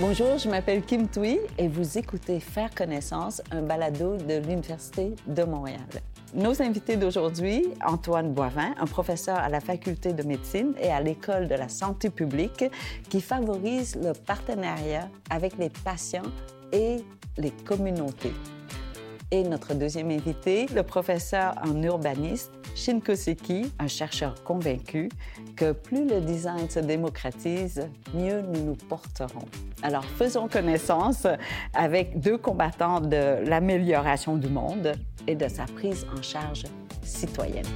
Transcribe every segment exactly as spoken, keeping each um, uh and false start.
Bonjour, je m'appelle Kim Thuy et vous écoutez Faire connaissance, un balado de l'Université de Montréal. Nos invités d'aujourd'hui, Antoine Boivin, un professeur à la Faculté de médecine et à l'École de la santé publique qui favorise le partenariat avec les patients et les communautés. Et notre deuxième invité, le professeur en urbanisme, Shin Koseki, un chercheur convaincu que plus le design se démocratise, mieux nous nous porterons. Alors, faisons connaissance avec deux combattants de l'amélioration du monde et de sa prise en charge citoyenne.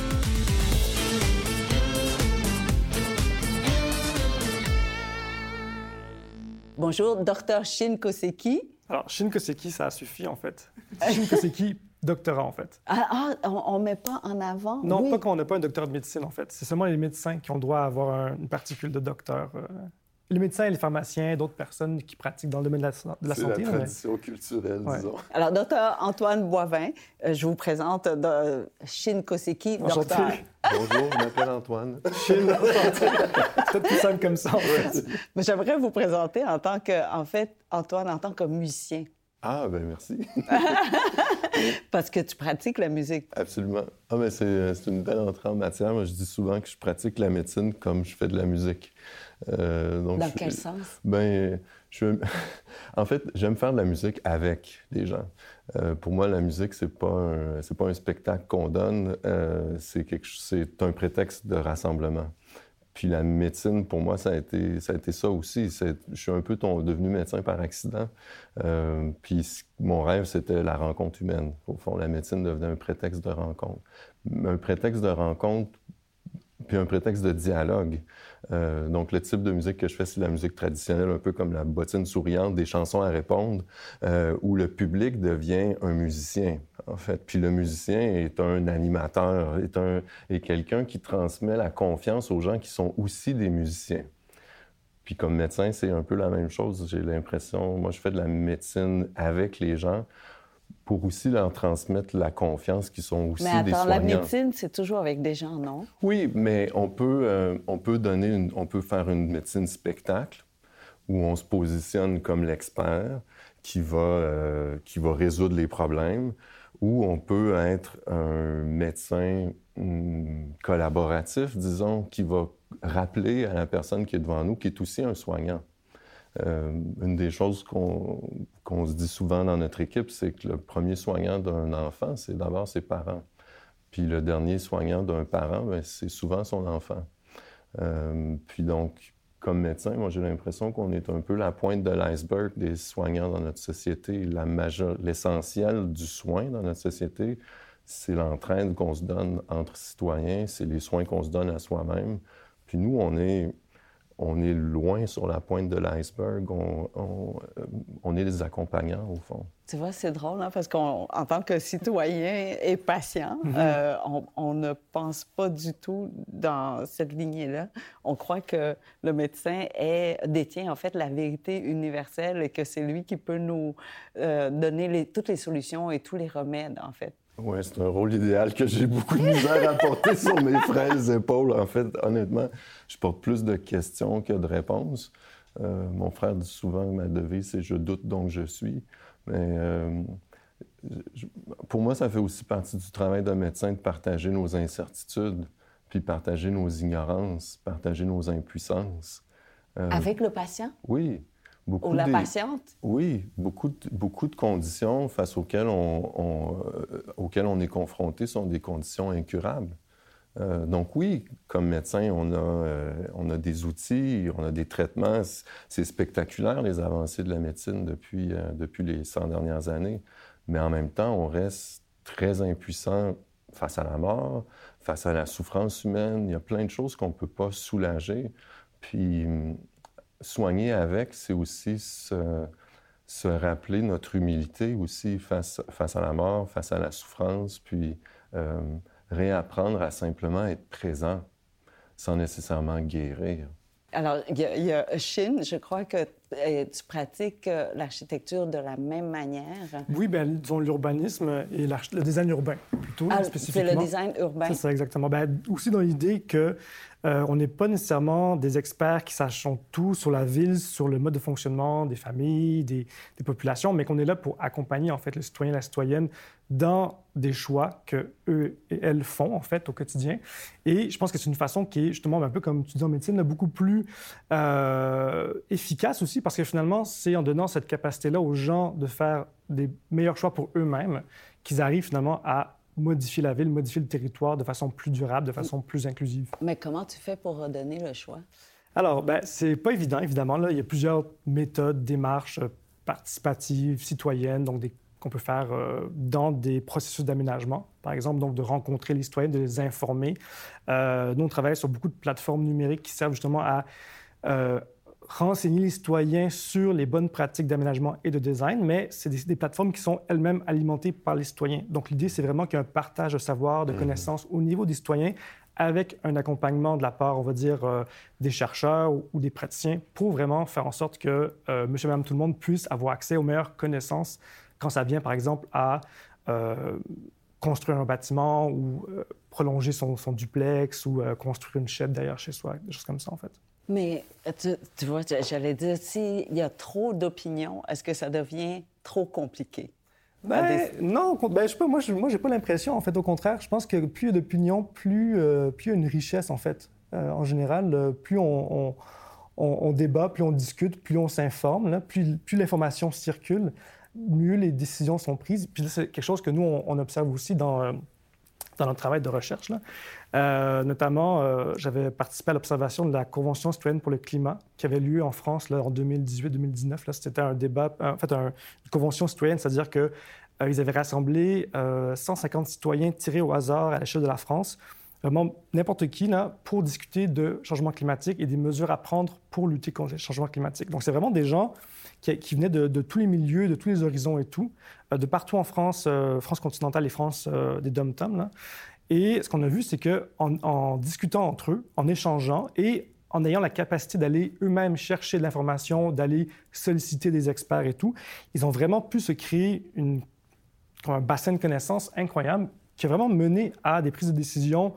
Bonjour, docteur Shin Koseki. Alors, Shin Koseki, ça a suffi, en fait. Shin Koseki, doctorat, en fait. Ah, ah on ne met pas en avant? Non, oui. Pas quand on n'a pas un doctorat de médecine, en fait. C'est seulement les médecins qui ont le droit à avoir un, une particule de docteur. Euh... Les médecins et les pharmaciens, d'autres personnes qui pratiquent dans le domaine de la, de la c'est santé. C'est la tradition mais... culturelle, ouais. disons. Alors, docteur Antoine Boivin, euh, je vous présente de Shin Koseki, docteur. Bonjour, je m'appelle Antoine. Shin, c'est peut-être plus simple comme ça, en fait. Mais j'aimerais vous présenter en tant que, en fait, Antoine, en tant que musicien. Ah, ben merci. Parce que tu pratiques la musique. Absolument. Ah, ben c'est, c'est une belle entrée en matière. Moi, je dis souvent que je pratique la médecine comme je fais de la musique. Euh, donc Dans je, quel sens? Ben, je, en fait, j'aime faire de la musique avec les gens. Euh, pour moi, la musique, c'est pas un, c'est pas un spectacle qu'on donne. Euh, c'est, quelque, c'est un prétexte de rassemblement. Puis la médecine, pour moi, ça a été ça, a été ça aussi. C'est, je suis un peu ton, devenu médecin par accident. Euh, puis mon rêve, c'était la rencontre humaine. Au fond, la médecine devenait un prétexte de rencontre. Un prétexte de rencontre, puis un prétexte de dialogue. Euh, donc, le type de musique que je fais, c'est la musique traditionnelle, un peu comme la bottine souriante, des chansons à répondre, euh, où le public devient un musicien, en fait. Puis le musicien est un animateur, est, un, est quelqu'un qui transmet la confiance aux gens qui sont aussi des musiciens. Puis comme médecin, c'est un peu la même chose. J'ai l'impression, moi, je fais de la médecine avec les gens, pour aussi leur transmettre la confiance qu'ils sont aussi mais attends, des soignants. La médecine, c'est toujours avec des gens, non? Oui, mais on peut, euh, on peut donner une, on peut faire une médecine spectacle où on se positionne comme l'expert qui va, euh, qui va résoudre les problèmes, ou on peut être un médecin hum, collaboratif, disons, qui va rappeler à la personne qui est devant nous, qui est aussi un soignant. Euh, une des choses qu'on, qu'on se dit souvent dans notre équipe, c'est que le premier soignant d'un enfant, c'est d'abord ses parents. Puis le dernier soignant d'un parent, bien, c'est souvent son enfant. Euh, puis donc, comme médecin, moi, j'ai l'impression qu'on est un peu la pointe de l'iceberg des soignants dans notre société. La major... L'essentiel du soin dans notre société, c'est l'entraide qu'on se donne entre citoyens, c'est les soins qu'on se donne à soi-même. Puis nous, on est... On est loin sur la pointe de l'iceberg. On, on, on est des accompagnants, au fond. Tu vois, c'est drôle, hein, parce qu'en tant que citoyen et patient, mm-hmm. euh, on, on ne pense pas du tout dans cette lignée-là. On croit que le médecin est, détient, en fait, la vérité universelle et que c'est lui qui peut nous euh, donner les, toutes les solutions et tous les remèdes, en fait. Oui, c'est un rôle idéal que j'ai beaucoup de misère à porter sur mes frêles épaules. En fait, honnêtement, je porte plus de questions que de réponses. Euh, mon frère dit souvent que ma devise, c'est « je doute, donc je suis ». Mais euh, je, pour moi, ça fait aussi partie du travail d'un médecin de partager nos incertitudes, puis partager nos ignorances, partager nos impuissances. Euh, Avec le patient? Oui. Beaucoup Ou la des... patiente? Oui, beaucoup de, beaucoup de conditions face auxquelles on, on, euh, auxquelles on est confronté sont des conditions incurables. Euh, donc oui, comme médecin, on a, euh, on a des outils, on a des traitements. C'est spectaculaire, les avancées de la médecine depuis, euh, depuis les cent dernières années. Mais en même temps, on reste très impuissant face à la mort, face à la souffrance humaine. Il y a plein de choses qu'on ne peut pas soulager. Puis... soigner avec, c'est aussi se, se rappeler notre humilité aussi face, face à la mort, face à la souffrance, puis euh, réapprendre à simplement être présent sans nécessairement guérir. Alors, il y a, il y a Chine, je crois que euh, tu pratiques euh, l'architecture de la même manière. Oui, bien, disons l'urbanisme et le design urbain, plutôt Ah, spécifiquement. c'est le design urbain. C'est ça, exactement. Bien, aussi dans l'idée que euh, on n'est pas nécessairement des experts qui sachent tout sur la ville, sur le mode de fonctionnement des familles, des, des populations, mais qu'on est là pour accompagner, en fait, le citoyen et la citoyenne dans des choix que eux et elles font, en fait, au quotidien. Et je pense que c'est une façon qui est, justement, un peu comme tu dis en médecine, là, beaucoup plus euh, efficace aussi, parce que finalement, c'est en donnant cette capacité-là aux gens de faire des meilleurs choix pour eux-mêmes qu'ils arrivent finalement à modifier la ville, modifier le territoire de façon plus durable, de façon plus inclusive. Mais comment tu fais pour redonner le choix? Alors, ben, c'est pas évident, évidemment. Là. Il y a plusieurs méthodes, démarches participatives, citoyennes, donc des qu'on peut faire euh, dans des processus d'aménagement, par exemple, donc de rencontrer les citoyens, de les informer. Euh, nous, on travaille sur beaucoup de plateformes numériques qui servent justement à euh, renseigner les citoyens sur les bonnes pratiques d'aménagement et de design, mais c'est des, des plateformes qui sont elles-mêmes alimentées par les citoyens. Donc, l'idée, c'est vraiment qu'il y a un partage de savoir, de connaissances au niveau des citoyens, avec un accompagnement de la part, on va dire, euh, des chercheurs ou, ou des praticiens, pour vraiment faire en sorte que euh, monsieur et madame tout le monde puisse avoir accès aux meilleures connaissances quand ça vient, par exemple, à euh, construire un bâtiment ou euh, prolonger son, son duplex ou euh, construire une chaîne derrière chez soi, des choses comme ça, en fait. Mais tu, tu vois, j'allais dire, s'il y a trop d'opinions, est-ce que ça devient trop compliqué? Ben, non, ben, je sais pas, moi, je, moi, j'ai pas l'impression, en fait, au contraire. Je pense que plus il y a d'opinions, plus, euh, plus il y a une richesse, en fait. Euh, en général, euh, plus on, on, on, on débat, plus on discute, plus on s'informe, là, plus, plus l'information circule, mieux les décisions sont prises. Puis là, c'est quelque chose que nous, on, on observe aussi dans, euh, dans notre travail de recherche. Là. Euh, notamment, euh, j'avais participé à l'observation de la Convention citoyenne pour le climat qui avait lieu en France là, en deux mille dix-huit deux mille dix-neuf. Là, c'était un débat, en fait, un, une convention citoyenne, c'est-à-dire qu'ils euh, avaient rassemblé euh, cent cinquante citoyens tirés au hasard à l'échelle de la France, vraiment n'importe qui, là, pour discuter de changement climatique et des mesures à prendre pour lutter contre le changement climatique. Donc, c'est vraiment des gens qui, qui venaient de, de tous les milieux, de tous les horizons et tout, euh, de partout en France, euh, France continentale et France euh, des dom-toms, là. Et ce qu'on a vu, c'est qu'en en discutant entre eux, en échangeant et en ayant la capacité d'aller eux-mêmes chercher de l'information, d'aller solliciter des experts et tout, ils ont vraiment pu se créer une, un bassin de connaissances incroyable qui a vraiment mené à des prises de décision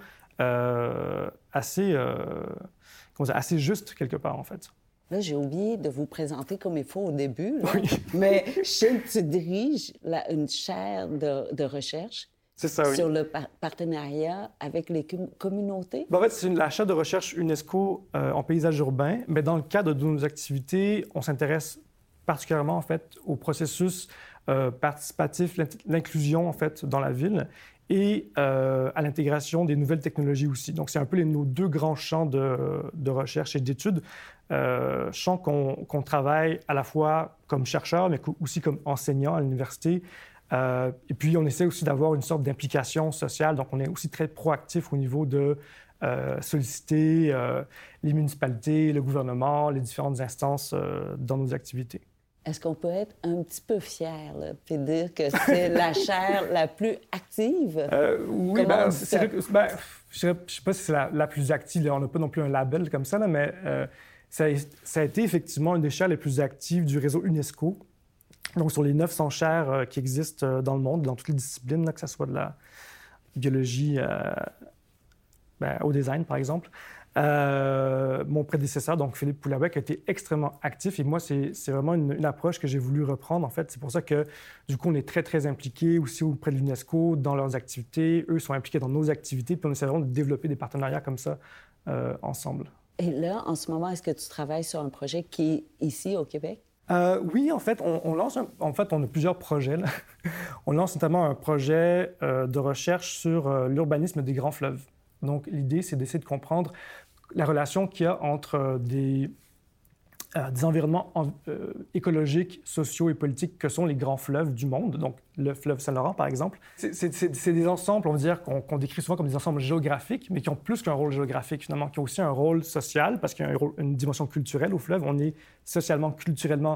euh, assez, euh, comment dire, assez justes quelque part, en fait. Là, j'ai oublié de vous présenter comme il faut au début, là. Oui. Mais Chine, tu diriges la, une chaire de, de recherche C'est ça, oui. sur le par- partenariat avec les com- communautés. Ben, en fait, c'est une, la chaire de recherche UNESCO euh, en paysage urbain. Mais dans le cadre de nos activités, on s'intéresse particulièrement, en fait, au processus euh, participatif, l'inclusion, en fait, dans la ville et euh, à l'intégration des nouvelles technologies aussi. Donc, c'est un peu les, nos deux grands champs de, de recherche et d'études. Euh, champs qu'on, qu'on travaille à la fois comme chercheur, mais aussi comme enseignant à l'université. Euh, et puis, on essaie aussi d'avoir une sorte d'implication sociale. Donc, on est aussi très proactif au niveau de euh, solliciter euh, les municipalités, le gouvernement, les différentes instances euh, dans nos activités. Est-ce qu'on peut être un petit peu fier, là, puis dire que c'est la chaire la plus active? Euh, oui, Comment ben, on dit c'est, ça? c'est, ben, je ne sais pas si c'est la, la plus active. Là. On n'a pas non plus un label comme ça, là, mais euh, ça, a, ça a été effectivement une des chaires les plus actives du réseau UNESCO. Donc, sur les neuf cents chaires euh, qui existent euh, dans le monde, dans toutes les disciplines, là, que ce soit de la biologie euh, ben, au design, par exemple, euh, mon prédécesseur, donc Philippe Poulavec, a été extrêmement actif. Et moi, c'est, c'est vraiment une, une approche que j'ai voulu reprendre, en fait. C'est pour ça que, du coup, on est très, très impliqués aussi auprès de l'UNESCO dans leurs activités. Eux sont impliqués dans nos activités. Puis on essaie vraiment de développer des partenariats comme ça euh, ensemble. Et là, en ce moment, est-ce que tu travailles sur un projet qui est ici, au Québec? Euh, oui, en fait, on, on lance un, en fait, on a plusieurs projets. Là. On lance notamment un projet euh, de recherche sur euh, l'urbanisme des grands fleuves. Donc, l'idée, c'est d'essayer de comprendre la relation qu'il y a entre euh, des, euh, des environnements en, euh, écologiques, sociaux et politiques que sont les grands fleuves du monde. Donc, le fleuve Saint-Laurent, par exemple. C'est, c'est, c'est, c'est des ensembles, on va dire, qu'on, qu'on décrit souvent comme des ensembles géographiques, mais qui ont plus qu'un rôle géographique, finalement, qui ont aussi un rôle social, parce qu'il y a un rôle, une dimension culturelle au fleuve. On est socialement, culturellement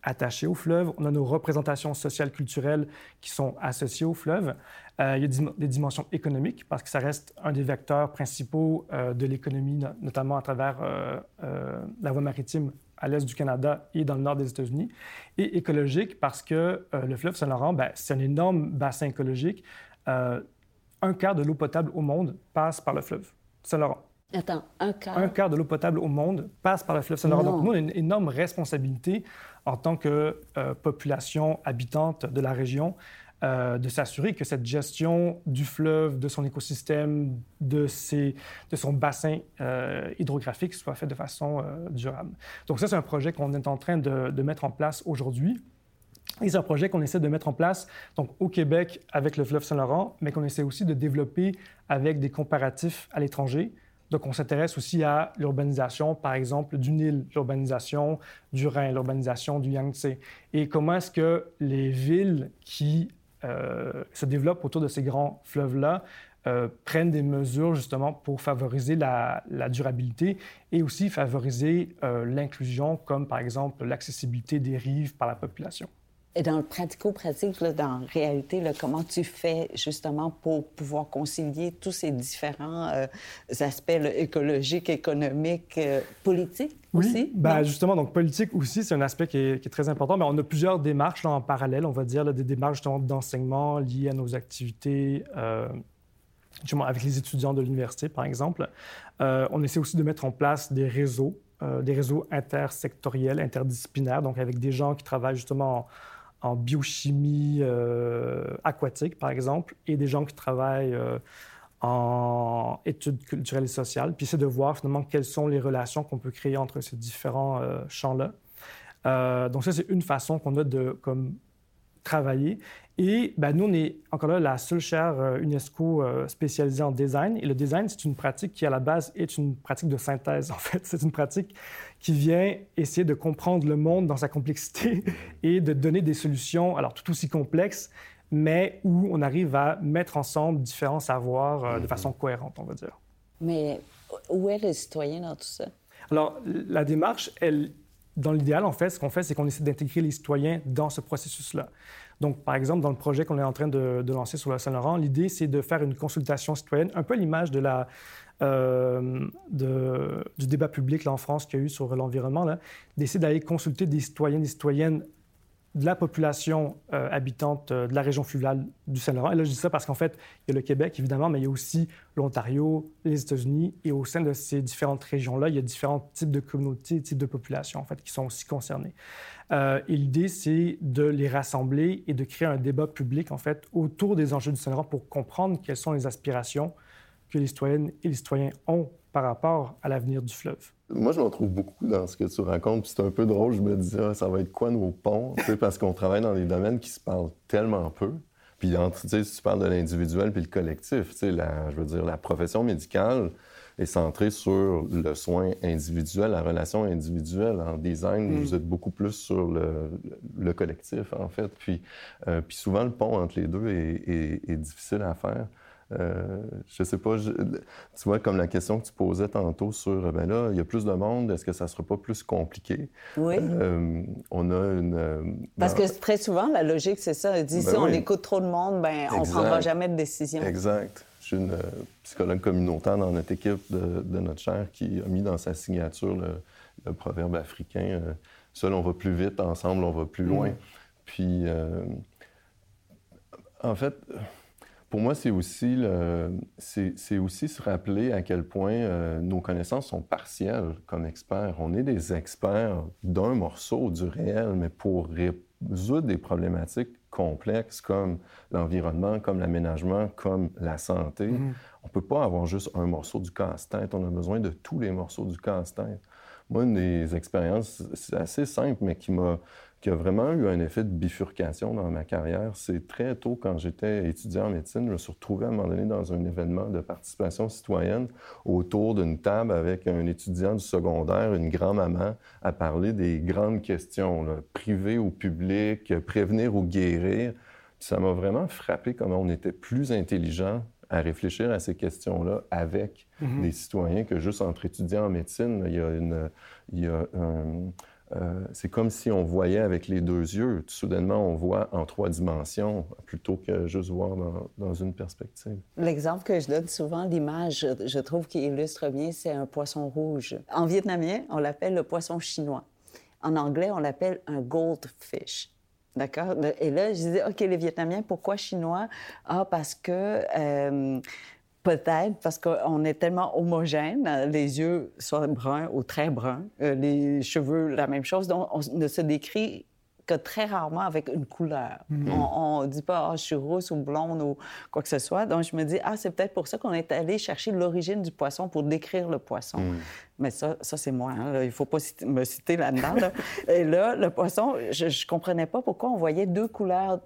attachés au fleuve, on a nos représentations sociales culturelles qui sont associées au fleuve. Euh, il y a des, des dimensions économiques parce que ça reste un des vecteurs principaux euh, de l'économie, no- notamment à travers euh, euh, la voie maritime à l'est du Canada et dans le nord des États-Unis. Et écologique parce que euh, le fleuve Saint-Laurent, ben, c'est un énorme bassin écologique. Euh, un quart de l'eau potable au monde passe par le fleuve Saint-Laurent. Attends, un quart? Un quart de l'eau potable au monde passe par le fleuve Saint-Laurent. Non. Donc, nous, on a une énorme responsabilité en tant que euh, population habitante de la région euh, de s'assurer que cette gestion du fleuve, de son écosystème, de, ses, de son bassin euh, hydrographique soit faite de façon euh, durable. Donc ça, c'est un projet qu'on est en train de, de mettre en place aujourd'hui. Et c'est un projet qu'on essaie de mettre en place donc, au Québec avec le fleuve Saint-Laurent, mais qu'on essaie aussi de développer avec des comparatifs à l'étranger. Donc, on s'intéresse aussi à l'urbanisation, par exemple, du Nil, l'urbanisation du Rhin, l'urbanisation du Yangtze. Et comment est-ce que les villes qui euh, se développent autour de ces grands fleuves-là euh, prennent des mesures justement pour favoriser la, la durabilité et aussi favoriser euh, l'inclusion, comme par exemple l'accessibilité des rives par la population. Et dans le pratico-pratique, là, dans la réalité, là, comment tu fais justement pour pouvoir concilier tous ces différents euh, aspects là, écologiques, économiques, euh, politiques oui, aussi? Ben, justement, donc politique aussi, c'est un aspect qui est, qui est très important. Mais on a plusieurs démarches là, en parallèle, on va dire, là, des démarches justement d'enseignement liées à nos activités, euh, justement avec les étudiants de l'université, par exemple. Euh, on essaie aussi de mettre en place des réseaux, euh, des réseaux intersectoriels, interdisciplinaires, donc avec des gens qui travaillent justement en en biochimie euh, aquatique, par exemple, et des gens qui travaillent euh, en études culturelles et sociales, puis c'est de voir finalement quelles sont les relations qu'on peut créer entre ces différents euh, champs-là. Euh, donc ça, c'est une façon qu'on a de comme, travailler. Et ben, nous, on est encore là la seule chaire euh, UNESCO euh, spécialisée en design. Et le design, c'est une pratique qui, à la base, est une pratique de synthèse, en fait. C'est une pratique qui vient essayer de comprendre le monde dans sa complexité et de donner des solutions, alors tout aussi complexes, mais où on arrive à mettre ensemble différents savoirs euh, de façon cohérente, on va dire. Mais où est le citoyen dans tout ça? Alors, la démarche, elle, dans l'idéal, en fait, ce qu'on fait, c'est qu'on essaie d'intégrer les citoyens dans ce processus-là. Donc, par exemple, dans le projet qu'on est en train de, de lancer sur le Saint-Laurent, l'idée, c'est de faire une consultation citoyenne, un peu à l'image de la, euh, de, du débat public là, en France qu'il y a eu sur l'environnement, là, d'essayer d'aller consulter des citoyens, des citoyennes de la population euh, habitante euh, de la région fluviale du Saint-Laurent. Et là, je dis ça parce qu'en fait, il y a le Québec, évidemment, mais il y a aussi l'Ontario, les États-Unis. Et au sein de ces différentes régions-là, il y a différents types de communautés, types de populations, en fait, qui sont aussi concernés. Euh, et l'idée, c'est de les rassembler et de créer un débat public, en fait, autour des enjeux du Saint-Laurent pour comprendre quelles sont les aspirations que les citoyennes et les citoyens ont par rapport à l'avenir du fleuve. Moi, je me retrouve beaucoup dans ce que tu racontes. Puis c'est un peu drôle, je me disais, ah, ça va être quoi nos ponts? Parce qu'on travaille dans des domaines qui se parlent tellement peu. Puis entre, tu sais, si tu parles de l'individuel puis le collectif, tu sais, la, je veux dire, la profession médicale est centrée sur le soin individuel, la relation individuelle. En design, mm. vous êtes beaucoup plus sur le, le collectif, en fait. Puis, euh, puis souvent, le pont entre les deux est, est, est difficile à faire. Euh, je sais pas, je, tu vois, comme la question que tu posais tantôt sur, ben là, il y a plus de monde, est-ce que ça sera pas plus compliqué? Oui. Euh, on a une... Euh, Parce dans... que très souvent, la logique, c'est ça. Dit, ben si on oui. écoute trop de monde, ben on ne prendra jamais de décision. Exact. Je suis une euh, psychologue communautaire dans notre équipe de, de notre chaire qui a mis dans sa signature le, le proverbe africain euh, « Seul, on va plus vite, ensemble, on va plus loin. Mmh. » Puis, euh, en fait... Pour moi, c'est aussi, le, c'est, c'est aussi se rappeler à quel point euh, nos connaissances sont partielles comme experts. On est des experts d'un morceau du réel, mais pour résoudre des problématiques complexes comme l'environnement, comme l'aménagement, comme la santé, mm-hmm. on ne peut pas avoir juste un morceau du casse-tête. On a besoin de tous les morceaux du casse-tête. Moi, une des expériences, c'est assez simple, mais qui m'a... qui a vraiment eu un effet de bifurcation dans ma carrière. C'est très tôt, quand j'étais étudiant en médecine, je me suis retrouvé à un moment donné dans un événement de participation citoyenne autour d'une table avec un étudiant du secondaire, une grand-maman, à parler des grandes questions, là, privées ou publiques, prévenir ou guérir. Puis ça m'a vraiment frappé comment on était plus intelligent à réfléchir à ces questions-là avec mm-hmm. des citoyens que juste entre étudiants en médecine. Il y a, une, il y a un... euh, c'est comme si on voyait avec les deux yeux. Soudainement, on voit en trois dimensions plutôt que juste voir dans, dans une perspective. L'exemple que je donne souvent, l'image, je, je trouve qui illustre bien, c'est un poisson rouge. En vietnamien, on l'appelle le poisson chinois. En anglais, on l'appelle un goldfish. D'accord? Et là, je disais, OK, les Vietnamiens, pourquoi chinois? Ah, parce que... Euh, peut-être parce qu'on est tellement homogène, les yeux soit bruns ou très bruns, euh, les cheveux, la même chose. Donc, on ne se décrit que très rarement avec une couleur. Mm-hmm. On ne dit pas, ah, je suis rousse ou blonde ou quoi que ce soit. Donc, je me dis, ah, c'est peut-être pour ça qu'on est allé chercher l'origine du poisson pour décrire le poisson. Mm. Mais ça, ça c'est moi. Hein, là, il ne faut pas citer, me citer là-dedans. Là. Et là, le poisson, je ne comprenais pas pourquoi on voyait deux couleurs.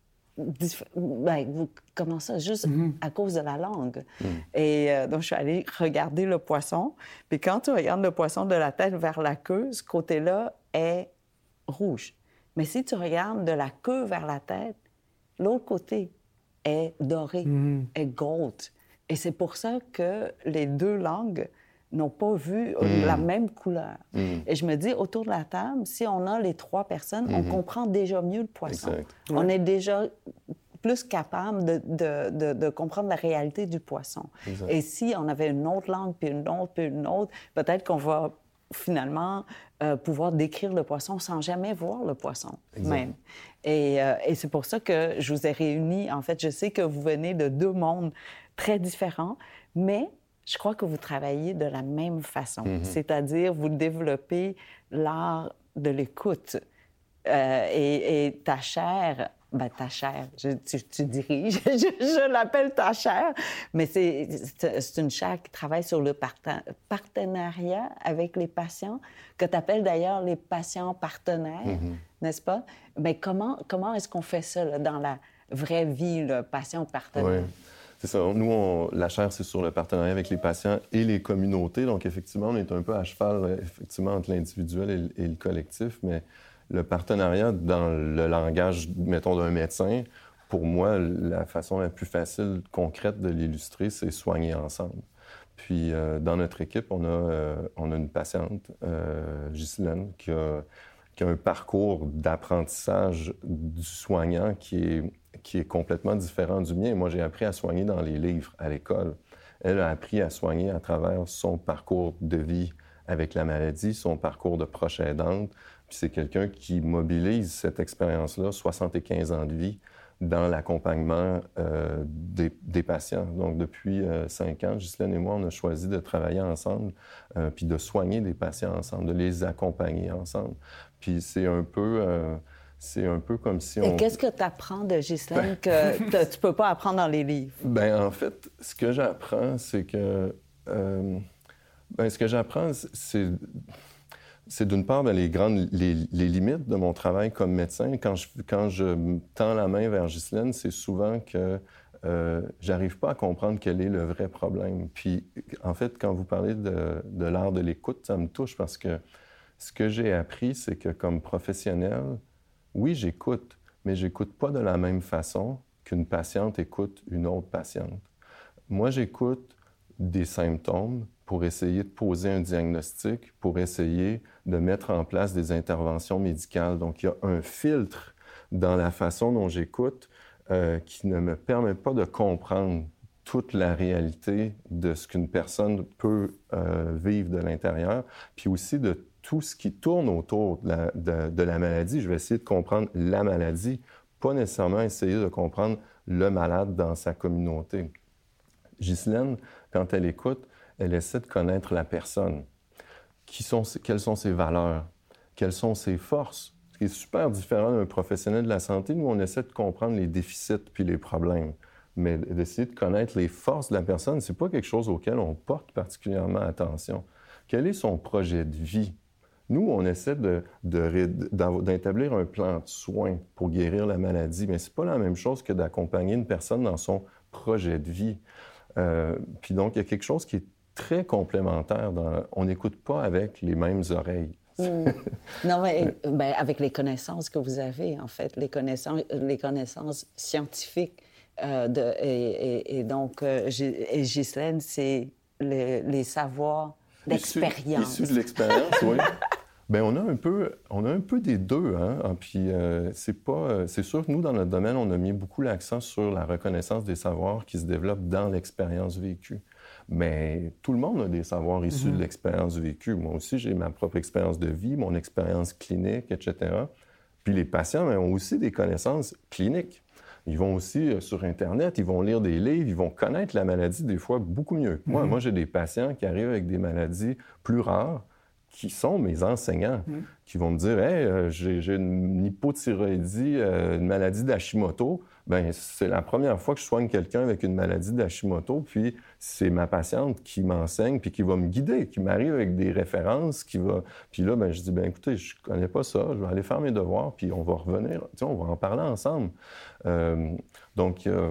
Ben, comment ça? Juste mm-hmm. à cause de la langue. Mm. Et euh, donc, je suis allée regarder le poisson. Puis quand tu regardes le poisson de la tête vers la queue, ce côté-là est rouge. Mais si tu regardes de la queue vers la tête, l'autre côté est doré, mm. est gold. Et c'est pour ça que les deux langues n'ont pas vu mm. la même couleur. Mm. Et je me dis, autour de la table, si on a les trois personnes, mm-hmm. on comprend déjà mieux le poisson. Exact. On ouais. est déjà plus capable de, de, de, de comprendre la réalité du poisson. Exact. Et si on avait une autre langue, puis une autre, puis une autre, peut-être qu'on va finalement euh, pouvoir décrire le poisson sans jamais voir le poisson exact. Même. Et, euh, et c'est pour ça que je vous ai réunis. En fait, je sais que vous venez de deux mondes très différents, mais je crois que vous travaillez de la même façon, mm-hmm. c'est-à-dire vous développez l'art de l'écoute. Euh, et, et ta chair, ben ta chair, je, tu, tu diriges, je, je l'appelle ta chair, mais c'est, c'est, c'est une chair qui travaille sur le parten- partenariat avec les patients, que tu appelles d'ailleurs les patients partenaires, mm-hmm. n'est-ce pas? Mais comment, comment est-ce qu'on fait ça là, dans la vraie vie, le patient partenaire? Oui. C'est ça. Nous, on, la chaire, c'est sur le partenariat avec les patients et les communautés. Donc, effectivement, on est un peu à cheval, effectivement, entre l'individuel et, et le collectif. Mais le partenariat, dans le langage, mettons, d'un médecin, pour moi, la façon la plus facile, concrète de l'illustrer, c'est soigner ensemble. Puis, euh, dans notre équipe, on a, euh, on a une patiente, euh, Ghislaine, qui a, qui a un parcours d'apprentissage du soignant qui est qui est complètement différent du mien. Moi, j'ai appris à soigner dans les livres, à l'école. Elle a appris à soigner à travers son parcours de vie avec la maladie, son parcours de proche aidante. Puis c'est quelqu'un qui mobilise cette expérience-là, soixante-quinze ans de vie, dans l'accompagnement euh, des, des patients. Donc, depuis euh, cinq ans, Ghislaine et moi, on a choisi de travailler ensemble, euh, puis de soigner des patients ensemble, de les accompagner ensemble. Puis c'est un peu... Euh, C'est un peu comme si on... Et qu'est-ce que tu apprends de Ghislaine que tu peux pas apprendre dans les livres? Bien, en fait, ce que j'apprends, c'est que... Euh, bien, ce que j'apprends, c'est... C'est d'une part, bien, les grandes les, les limites de mon travail comme médecin. Quand je, quand je tends la main vers Ghislaine, c'est souvent que euh, j'arrive pas à comprendre quel est le vrai problème. Puis, en fait, quand vous parlez de, de l'art de l'écoute, ça me touche parce que ce que j'ai appris, c'est que comme professionnel, oui, j'écoute, mais j'écoute pas de la même façon qu'une patiente écoute une autre patiente. Moi, j'écoute des symptômes pour essayer de poser un diagnostic, pour essayer de mettre en place des interventions médicales. Donc, il y a un filtre dans la façon dont j'écoute euh, qui ne me permet pas de comprendre toute la réalité de ce qu'une personne peut euh, vivre de l'intérieur, puis aussi de tout ce qui tourne autour de la, de, de la maladie. Je vais essayer de comprendre la maladie, pas nécessairement essayer de comprendre le malade dans sa communauté. Ghislaine, quand elle écoute, elle essaie de connaître la personne. Qui sont, quelles sont ses valeurs? Quelles sont ses forces? Ce qui est super différent d'un professionnel de la santé, nous, on essaie de comprendre les déficits puis les problèmes. Mais d'essayer de connaître les forces de la personne, c'est pas quelque chose auquel on porte particulièrement attention. Quel est son projet de vie? Nous, on essaie de, de, d'établir un plan de soins pour guérir la maladie, mais c'est pas la même chose que d'accompagner une personne dans son projet de vie. Euh, puis donc, il y a quelque chose qui est très complémentaire. Dans... On n'écoute pas avec les mêmes oreilles. Mmh. Non, mais ben, avec les connaissances que vous avez, en fait, les connaissances, les connaissances scientifiques. Euh, de, et, et, et donc, euh, et Ghislaine, c'est le, les savoirs d'expérience. Issus de l'expérience, oui. Bien, on a un peu, on a un peu des deux, hein. Puis euh, c'est pas, c'est sûr que nous, dans notre domaine, on a mis beaucoup l'accent sur la reconnaissance des savoirs qui se développent dans l'expérience vécue. Mais tout le monde a des savoirs issus mm-hmm. de l'expérience vécue. Moi aussi, j'ai ma propre expérience de vie, mon expérience clinique, et cetera. Puis les patients bien, ont aussi des connaissances cliniques. Ils vont aussi euh, sur Internet, ils vont lire des livres, ils vont connaître la maladie des fois beaucoup mieux que moi. Mm-hmm. Moi, j'ai des patients qui arrivent avec des maladies plus rares, qui sont mes enseignants, mm. qui vont me dire « Hey, euh, j'ai, j'ai une hypothyroïdie, euh, une maladie d'Hashimoto. » Bien, c'est la première fois que je soigne quelqu'un avec une maladie d'Hashimoto, puis c'est ma patiente qui m'enseigne, puis qui va me guider, qui m'arrive avec des références, qui va... Puis là, bien, je dis « Bien, écoutez, je connais pas ça, je vais aller faire mes devoirs, puis on va revenir, tu sais, on va en parler ensemble. Euh, » Donc, euh,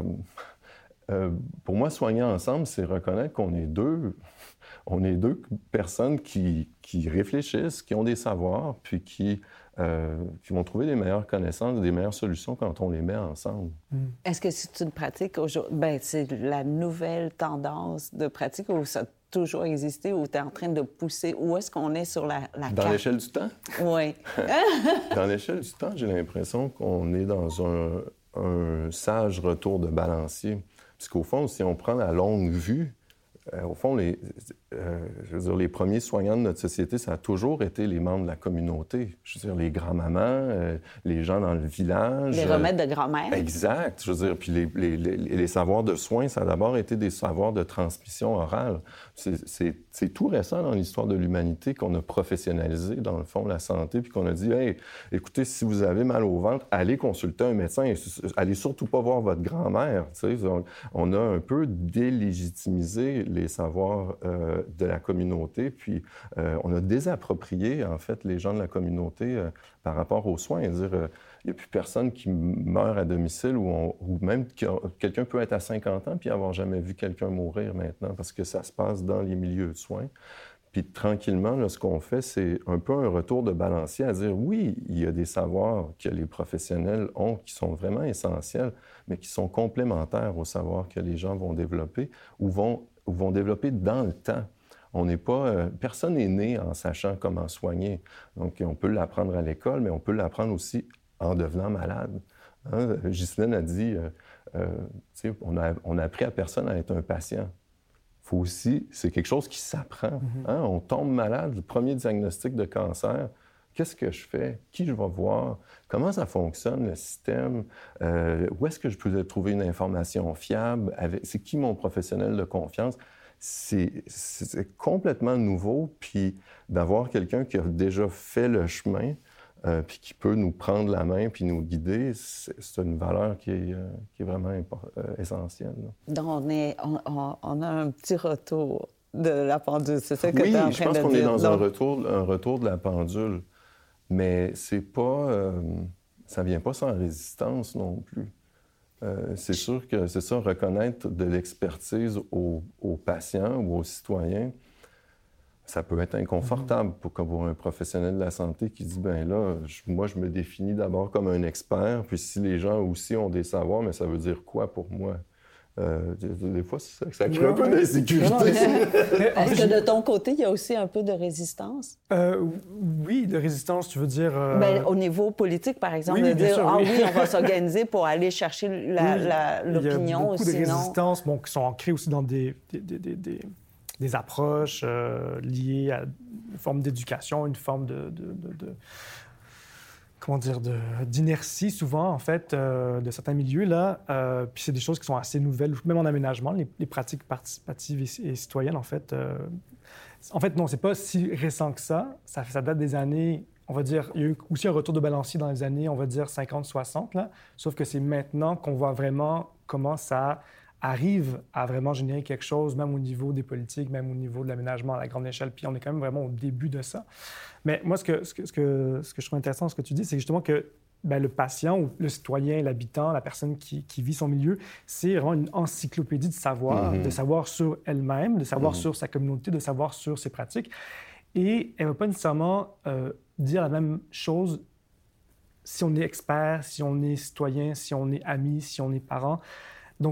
euh, pour moi, soigner ensemble, c'est reconnaître qu'on est deux... On est deux personnes qui, qui réfléchissent, qui ont des savoirs, puis qui, euh, qui vont trouver des meilleures connaissances, des meilleures solutions quand on les met ensemble. Est-ce que c'est une pratique aujourd'hui? Bien, c'est la nouvelle tendance de pratique où ça a toujours existé, où tu es en train de pousser? Où est-ce qu'on est sur la, la Dans carte? l'échelle du temps? Oui. Dans l'échelle du temps, j'ai l'impression qu'on est dans un, un sage retour de balancier. Parce qu'au fond, si on prend la longue vue, Euh, au fond, les, euh, je veux dire, les premiers soignants de notre société, ça a toujours été les membres de la communauté. Je veux dire, les grands-mamans, euh, les gens dans le village. Les remèdes de grand-mère. Euh, exact. Je veux dire, puis les, les, les, les savoirs de soins, ça a d'abord été des savoirs de transmission orale. C'est, c'est, c'est tout récent dans l'histoire de l'humanité qu'on a professionnalisé, dans le fond, la santé, puis qu'on a dit, « Hey, écoutez, si vous avez mal au ventre, allez consulter un médecin et allez surtout pas voir votre grand-mère. » Tu sais, on a un peu délégitimisé les savoirs euh, de la communauté, puis euh, on a désapproprié, en fait, les gens de la communauté euh, par rapport aux soins. C'est-à-dire, euh, il n'y a plus personne qui meurt à domicile ou, on, ou même quelqu'un peut être à cinquante ans puis avoir jamais vu quelqu'un mourir maintenant parce que ça se passe dans les milieux de soins. Puis tranquillement, là, ce qu'on fait, c'est un peu un retour de balancier à dire, oui, il y a des savoirs que les professionnels ont qui sont vraiment essentiels, mais qui sont complémentaires aux savoirs que les gens vont développer ou vont ou vont développer dans le temps. On n'est pas... Euh, personne n'est né en sachant comment soigner. Donc, on peut l'apprendre à l'école, mais on peut l'apprendre aussi en devenant malade. Hein? Ghislaine a dit, euh, euh, tu sais, on a, on a appris à personne à être un patient. Il faut aussi... C'est quelque chose qui s'apprend. Mm-hmm. Hein? On tombe malade, le premier diagnostic de cancer. Qu'est-ce que je fais? Qui je vais voir? Comment ça fonctionne, le système? Euh, où est-ce que je peux trouver une information fiable? Avec... C'est qui mon professionnel de confiance? C'est, c'est complètement nouveau. Puis d'avoir quelqu'un qui a déjà fait le chemin, euh, puis qui peut nous prendre la main puis nous guider, c'est, c'est une valeur qui est, euh, qui est vraiment import... euh, essentielle. Là. Donc, on, est, on, on, on a un petit retour de la pendule. C'est ça que oui, tu es en train de dire? Oui, je pense qu'on dire. est dans Donc... un, retour, un retour de la pendule. Mais c'est pas... Euh, ça vient pas sans résistance non plus. Euh, c'est sûr que c'est ça, reconnaître de l'expertise aux, aux patients ou aux citoyens, ça peut être inconfortable pour, pour un professionnel de la santé qui dit, bien là, je, moi, je me définis d'abord comme un expert, puis si les gens aussi ont des savoirs, mais ça veut dire quoi pour moi? Euh, des fois, ça, ça crée un peu d'insécurité. Est-ce que de ton côté, il y a aussi un peu de résistance? Euh, oui, de résistance, tu veux dire... Euh... Bien, au niveau politique, par exemple, oui, de dire, sûr, ah oui, oui, on va s'organiser pour aller chercher la, oui, la, l'opinion. Il y a beaucoup sinon... de résistances bon, qui sont ancrées aussi dans des, des, des, des, des, des approches euh, liées à une forme d'éducation, une forme de... de, de, de... comment dire, de, d'inertie souvent, en fait, euh, de certains milieux, là. Euh, puis c'est des choses qui sont assez nouvelles, même en aménagement, les, les pratiques participatives et, et citoyennes, en fait. Euh, en fait, non, c'est pas si récent que ça. ça. Ça date des années, on va dire, il y a eu aussi un retour de balancier dans les années, on va dire, cinquante soixante, là. Sauf que c'est maintenant qu'on voit vraiment comment ça arrive à vraiment générer quelque chose, même au niveau des politiques, même au niveau de l'aménagement à la grande échelle. Puis on est quand même vraiment au début de ça. Mais moi, ce que, ce que, ce que, ce que je trouve intéressant, ce que tu dis, c'est justement que bien, le patient ou le citoyen, l'habitant, la personne qui, qui vit son milieu, c'est vraiment une encyclopédie de savoir, mm-hmm. de savoir sur elle-même, de savoir mm-hmm. sur sa communauté, de savoir sur ses pratiques. Et elle ne va pas nécessairement euh, dire la même chose si on est expert, si on est citoyen, si on est ami, si on est parent. Donc,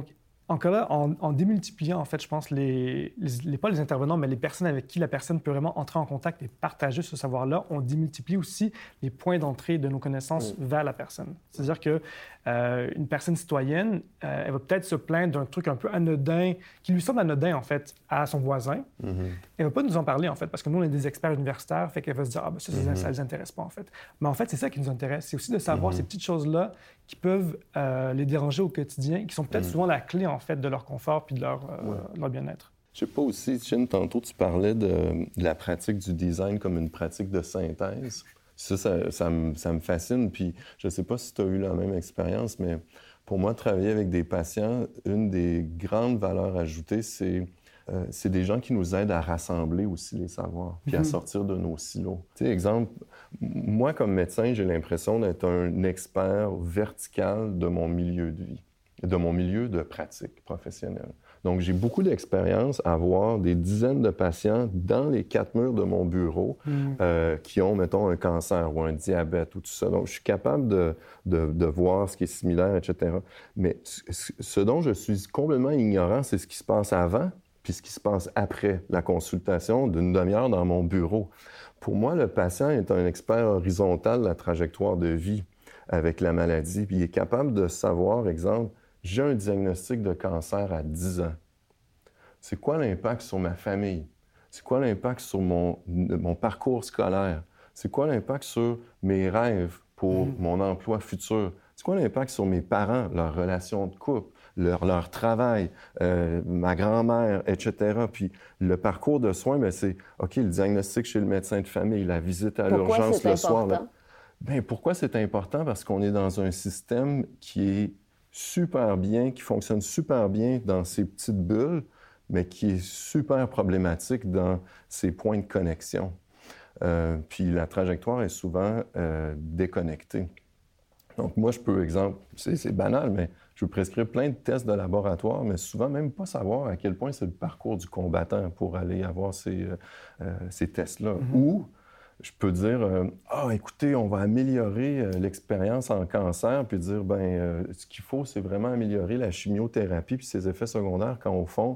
En cas là, en, en démultipliant, en fait, je pense, les, les, les, pas les intervenants, mais les personnes avec qui la personne peut vraiment entrer en contact et partager ce savoir-là, on démultiplie aussi les points d'entrée de nos connaissances oui. vers la personne. C'est-à-dire que euh, une personne citoyenne, euh, elle va peut-être se plaindre d'un truc un peu anodin, qui lui semble anodin, en fait, à son voisin. Mm-hmm. Elle ne va pas nous en parler, en fait, parce que nous, on est des experts universitaires, fait qu'elle va se dire « Ah, ben ça, mm-hmm. ça ne les intéresse pas, en fait. » Mais en fait, c'est ça qui nous intéresse. C'est aussi de savoir mm-hmm. ces petites choses-là qui peuvent euh, les déranger au quotidien, qui sont peut-être mm-hmm. souvent la clé, en fait, de leur confort puis de leur, euh, ouais. leur bien-être. Je sais pas aussi, Chin, tantôt, tu parlais de, de la pratique du design comme une pratique de synthèse. Ça, ça, ça, me, ça me fascine. Puis je sais pas si tu as eu la même expérience, mais pour moi, travailler avec des patients, une des grandes valeurs ajoutées, c'est... Euh, c'est des gens qui nous aident à rassembler aussi les savoirs, puis mm-hmm. à sortir de nos silos. Tu sais, exemple, moi, comme médecin, j'ai l'impression d'être un expert vertical de mon milieu de vie, de mon milieu de pratique professionnelle. Donc, j'ai beaucoup d'expérience à voir des dizaines de patients dans les quatre murs de mon bureau mm. euh, qui ont, mettons, un cancer ou un diabète ou tout ça. Donc, je suis capable de, de, de voir ce qui est similaire, et cetera. Mais ce dont je suis complètement ignorant, c'est ce qui se passe avant puis ce qui se passe après la consultation d'une demi-heure dans mon bureau. Pour moi, le patient est un expert horizontal de la trajectoire de vie avec la maladie, puis il est capable de savoir, exemple, j'ai un diagnostic de cancer à dix ans. C'est quoi l'impact sur ma famille? C'est quoi l'impact sur mon, mon parcours scolaire? C'est quoi l'impact sur mes rêves pour mmh. mon emploi futur? C'est quoi l'impact sur mes parents, leurs relations de couple? Leur, leur travail, euh, ma grand-mère, et cetera. Puis le parcours de soins, bien, c'est, OK, le diagnostic chez le médecin de famille, la visite à pourquoi l'urgence le important? soir. Là. Bien, pourquoi c'est important? Parce qu'on est dans un système qui est super bien, qui fonctionne super bien dans ses petites bulles, mais qui est super problématique dans ses points de connexion. Euh, puis la trajectoire est souvent euh, déconnectée. Donc moi, je peux, exemple, c'est, c'est banal, mais je peux prescrire plein de tests de laboratoire, mais souvent même pas savoir à quel point c'est le parcours du combattant pour aller avoir ces, euh, ces tests-là. Mm-hmm. Ou je peux dire, euh, ah, écoutez, on va améliorer euh, l'expérience en cancer, puis dire, ben, euh, ce qu'il faut, c'est vraiment améliorer la chimiothérapie puis ses effets secondaires, quand au fond,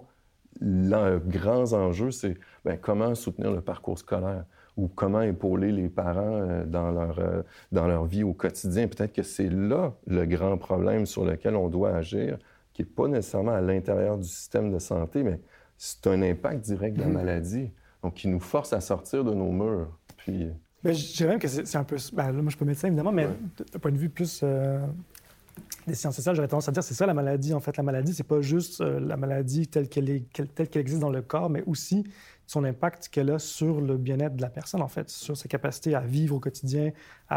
le grand enjeu, c'est ben, comment soutenir le parcours scolaire ou comment épauler les parents euh, dans, leur, euh, dans leur vie au quotidien. Peut-être que c'est là le grand problème sur lequel on doit agir, qui n'est pas nécessairement à l'intérieur du système de santé, mais c'est un impact direct de la maladie, donc qui nous force à sortir de nos murs. Puis... Bien, je dirais même que c'est, c'est un peu... Ben, là, moi, je suis pas médecin, évidemment, mais ouais. d'un point de vue plus... Euh... des sciences sociales, j'aurais tendance à dire c'est ça la maladie. En fait, la maladie, c'est pas juste euh, la maladie telle qu'elle, est, telle qu'elle existe dans le corps, mais aussi son impact qu'elle a sur le bien-être de la personne, en fait, sur sa capacité à vivre au quotidien,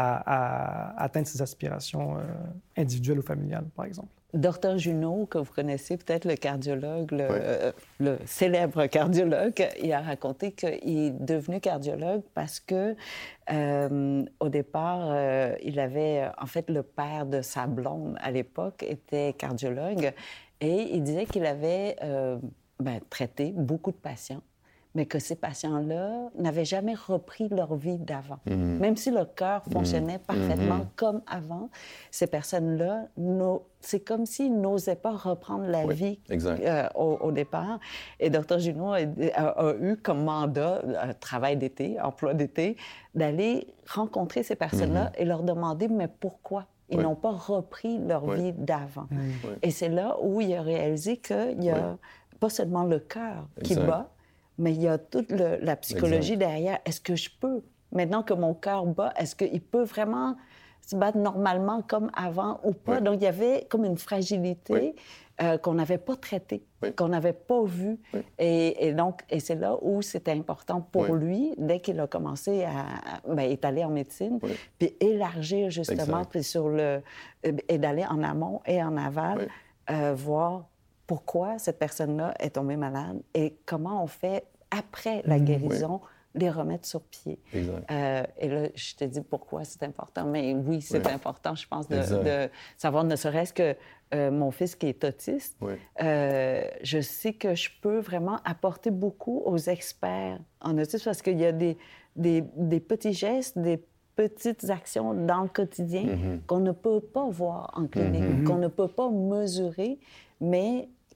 à, à atteindre ses aspirations euh, individuelles ou familiales, par exemple. Docteur Junot, que vous connaissez peut-être, le cardiologue, le, oui. euh, le célèbre cardiologue, il a raconté qu'il est devenu cardiologue parce que, euh, au départ, euh, il avait, en fait, le père de sa blonde à l'époque était cardiologue et il disait qu'il avait euh, ben, traité beaucoup de patients, mais que ces patients-là n'avaient jamais repris leur vie d'avant. Mmh. Même si le cœur fonctionnait mmh. parfaitement mmh. comme avant, ces personnes-là, no... c'est comme s'ils n'osaient pas reprendre la oui, vie euh, au, au départ. Et Dr Junot a, a, a eu comme mandat, un travail d'été, emploi d'été, d'aller rencontrer ces personnes-là mmh. et leur demander, mais pourquoi? Ils oui. n'ont pas repris leur oui. vie d'avant. Mmh. Oui. Et c'est là où il a réalisé qu'il y a oui. pas seulement le cœur qui exact. bat, mais il y a toute le, la psychologie exact. derrière. Est-ce que je peux, maintenant que mon cœur bat, est-ce qu'il peut vraiment se battre normalement comme avant ou pas? Oui. Donc, il y avait comme une fragilité oui. euh, qu'on n'avait pas traitée, oui. qu'on n'avait pas vue. Oui. Et, et donc, et c'est là où c'était important pour oui. lui, dès qu'il a commencé à... Bien, il est allé en médecine, oui. puis élargir justement, puis sur le... et d'aller en amont et en aval, oui. euh, voir... pourquoi cette personne-là est tombée malade et comment on fait, après la guérison, oui. les remettre sur pied. Euh, et là, je te dis pourquoi c'est important. Mais oui, c'est oui. important, je pense, de, de savoir, ne serait-ce que euh, mon fils qui est autiste, oui. euh, je sais que je peux vraiment apporter beaucoup aux experts en autisme parce qu'il y a des, des, des petits gestes, des petites actions dans le quotidien mm-hmm. qu'on ne peut pas voir en clinique, mm-hmm. qu'on ne peut pas mesurer, mais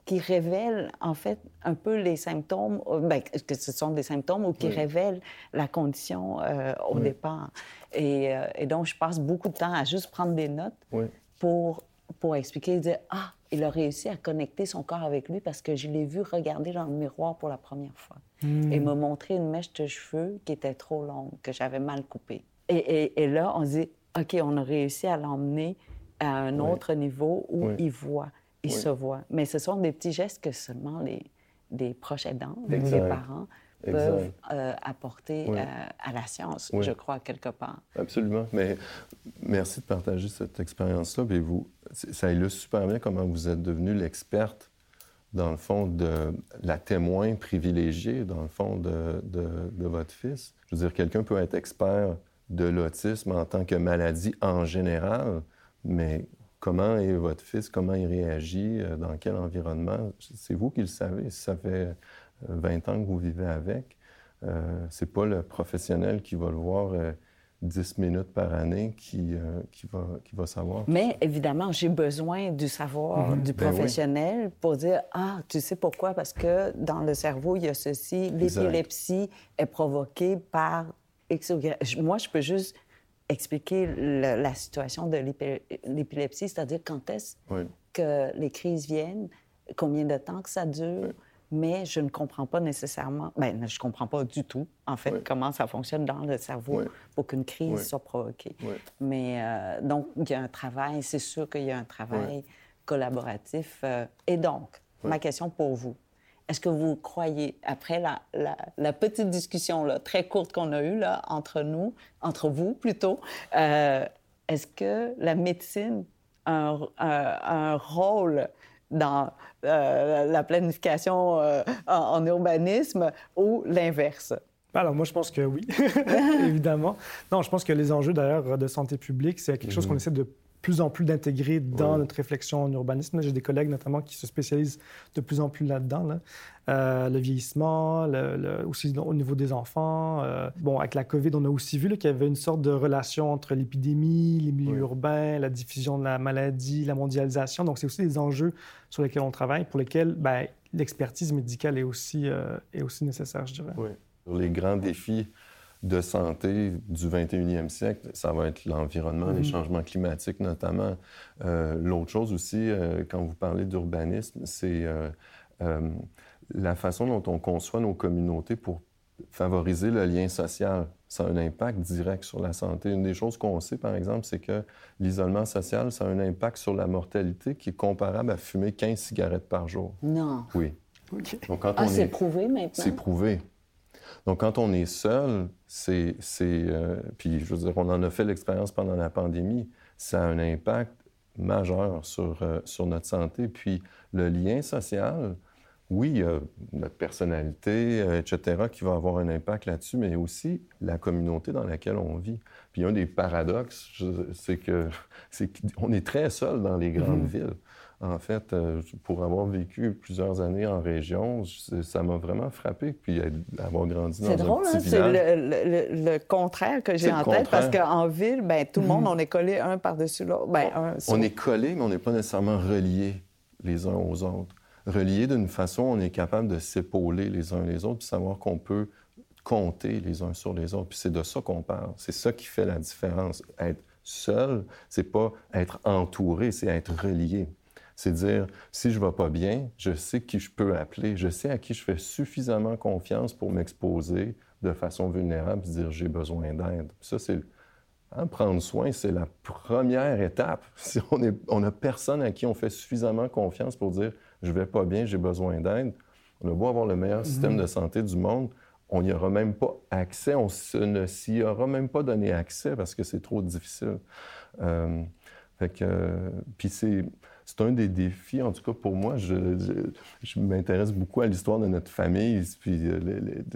qui révèlent, en fait, un peu les symptômes, bien, que ce sont des symptômes ou qui oui. révèlent la condition euh, au oui. départ. Et, euh, et donc, je passe beaucoup de temps à juste prendre des notes oui. pour, pour expliquer, dire « Ah, il a réussi à connecter son corps avec lui parce que je l'ai vu regarder dans le miroir pour la première fois. Mm. Et me montrer une mèche de cheveux qui était trop longue, que j'avais mal coupée. Et, et, et là, on se dit « OK, on a réussi à l'emmener à un oui. autre niveau où oui. il voit. » Ils oui. se voient. Mais ce sont des petits gestes que seulement les, les proches aidants, exact. les parents, exact. peuvent euh, apporter oui. euh, à la science, oui. je crois, quelque part. Absolument. Mais merci de partager cette expérience-là. Et vous, ça illustre super bien comment vous êtes devenue l'experte, dans le fond, de la témoin privilégiée, dans le fond, de, de, de votre fils. Je veux dire, quelqu'un peut être expert de l'autisme en tant que maladie en général, mais... Comment est votre fils? Comment il réagit? Dans quel environnement? C'est vous qui le savez. Si ça fait vingt ans que vous vivez avec, euh, c'est pas le professionnel qui va le voir euh, dix minutes par année qui, euh, qui, va, qui va savoir. Mais évidemment, j'ai besoin du savoir mm-hmm. du professionnel ben oui. pour dire « Ah, tu sais pourquoi? Parce que dans le cerveau, il y a ceci. L'épilepsie est provoquée par X ou Y. » Moi, je peux juste... expliquer le, la situation de l'épilepsie, c'est-à-dire quand est-ce oui. que les crises viennent, combien de temps que ça dure, oui. mais je ne comprends pas nécessairement, bien, je ne comprends pas du tout, en fait, oui. comment ça fonctionne dans le cerveau oui. pour qu'une crise oui. soit provoquée. Oui. Mais euh, donc, il y a un travail, c'est sûr qu'il y a un travail oui. collaboratif. Euh, et donc, oui. ma question pour vous, est-ce que vous croyez, après la, la, la petite discussion là, très courte qu'on a eue là, entre nous, entre vous plutôt, euh, est-ce que la médecine a un, un, un rôle dans euh, la planification euh, en, en urbanisme ou l'inverse? Alors, moi, je pense que oui, évidemment. Non, je pense que les enjeux, d'ailleurs, de santé publique, c'est quelque chose mm-hmm. qu'on essaie de plus en plus d'intégrer dans oui. notre réflexion en urbanisme. J'ai des collègues notamment qui se spécialisent de plus en plus là-dedans. Là. Euh, le vieillissement, le, le, aussi au niveau des enfants. Euh, bon, avec la COVID, on a aussi vu là, qu'il y avait une sorte de relation entre l'épidémie, les milieux oui. urbains, la diffusion de la maladie, la mondialisation. Donc, c'est aussi des enjeux sur lesquels on travaille, pour lesquels ben, l'expertise médicale est aussi, euh, est aussi nécessaire, je dirais. Oui. Sur les grands défis de santé du vingt et unième siècle, ça va être l'environnement, mmh. les changements climatiques notamment. Euh, l'autre chose aussi, euh, quand vous parlez d'urbanisme, c'est euh, euh, la façon dont on conçoit nos communautés pour favoriser le lien social. Ça a un impact direct sur la santé. Une des choses qu'on sait, par exemple, c'est que l'isolement social, ça a un impact sur la mortalité qui est comparable à fumer quinze cigarettes par jour. Non. Oui. Okay. Donc, quand ah, on c'est est... prouvé maintenant? C'est prouvé. Donc, quand on est seul, c'est... c'est euh, puis, je veux dire, on en a fait l'expérience pendant la pandémie. Ça a un impact majeur sur, euh, sur notre santé. Puis, le lien social, oui, il y a notre personnalité, euh, et cetera, qui va avoir un impact là-dessus, mais aussi la communauté dans laquelle on vit. Puis, un des paradoxes, je, c'est que c'est qu'on est très seul dans les grandes mm-hmm. villes. En fait, euh, pour avoir vécu plusieurs années en région, je, ça m'a vraiment frappé. Puis avoir grandi dans c'est un drôle, petit hein? village... C'est le, le, le contraire que j'ai c'est en le tête, contraire. parce qu'en ville, ben, tout le monde, on est collés un par-dessus l'autre. Ben, un on est collés, mais on n'est pas nécessairement reliés les uns aux autres. Reliés d'une façon, on est capable de s'épauler les uns les autres, puis savoir qu'on peut compter les uns sur les autres. Puis c'est de ça qu'on parle. C'est ça qui fait la différence. Être seul, c'est pas être entouré, c'est être relié. C'est dire, si je ne vais pas bien, je sais qui je peux appeler, je sais à qui je fais suffisamment confiance pour m'exposer de façon vulnérable et dire, j'ai besoin d'aide. Ça, c'est... Hein, prendre soin, c'est la première étape. Si on n'a on personne à qui on fait suffisamment confiance pour dire, je ne vais pas bien, j'ai besoin d'aide, on a beau avoir le meilleur mmh. système de santé du monde, on n'y aura même pas accès, on ne s'y aura même pas donné accès parce que c'est trop difficile. Euh, fait que... Euh, puis c'est... C'est un des défis, en tout cas pour moi. Je, je, je m'intéresse beaucoup à l'histoire de notre famille. Puis, les, les,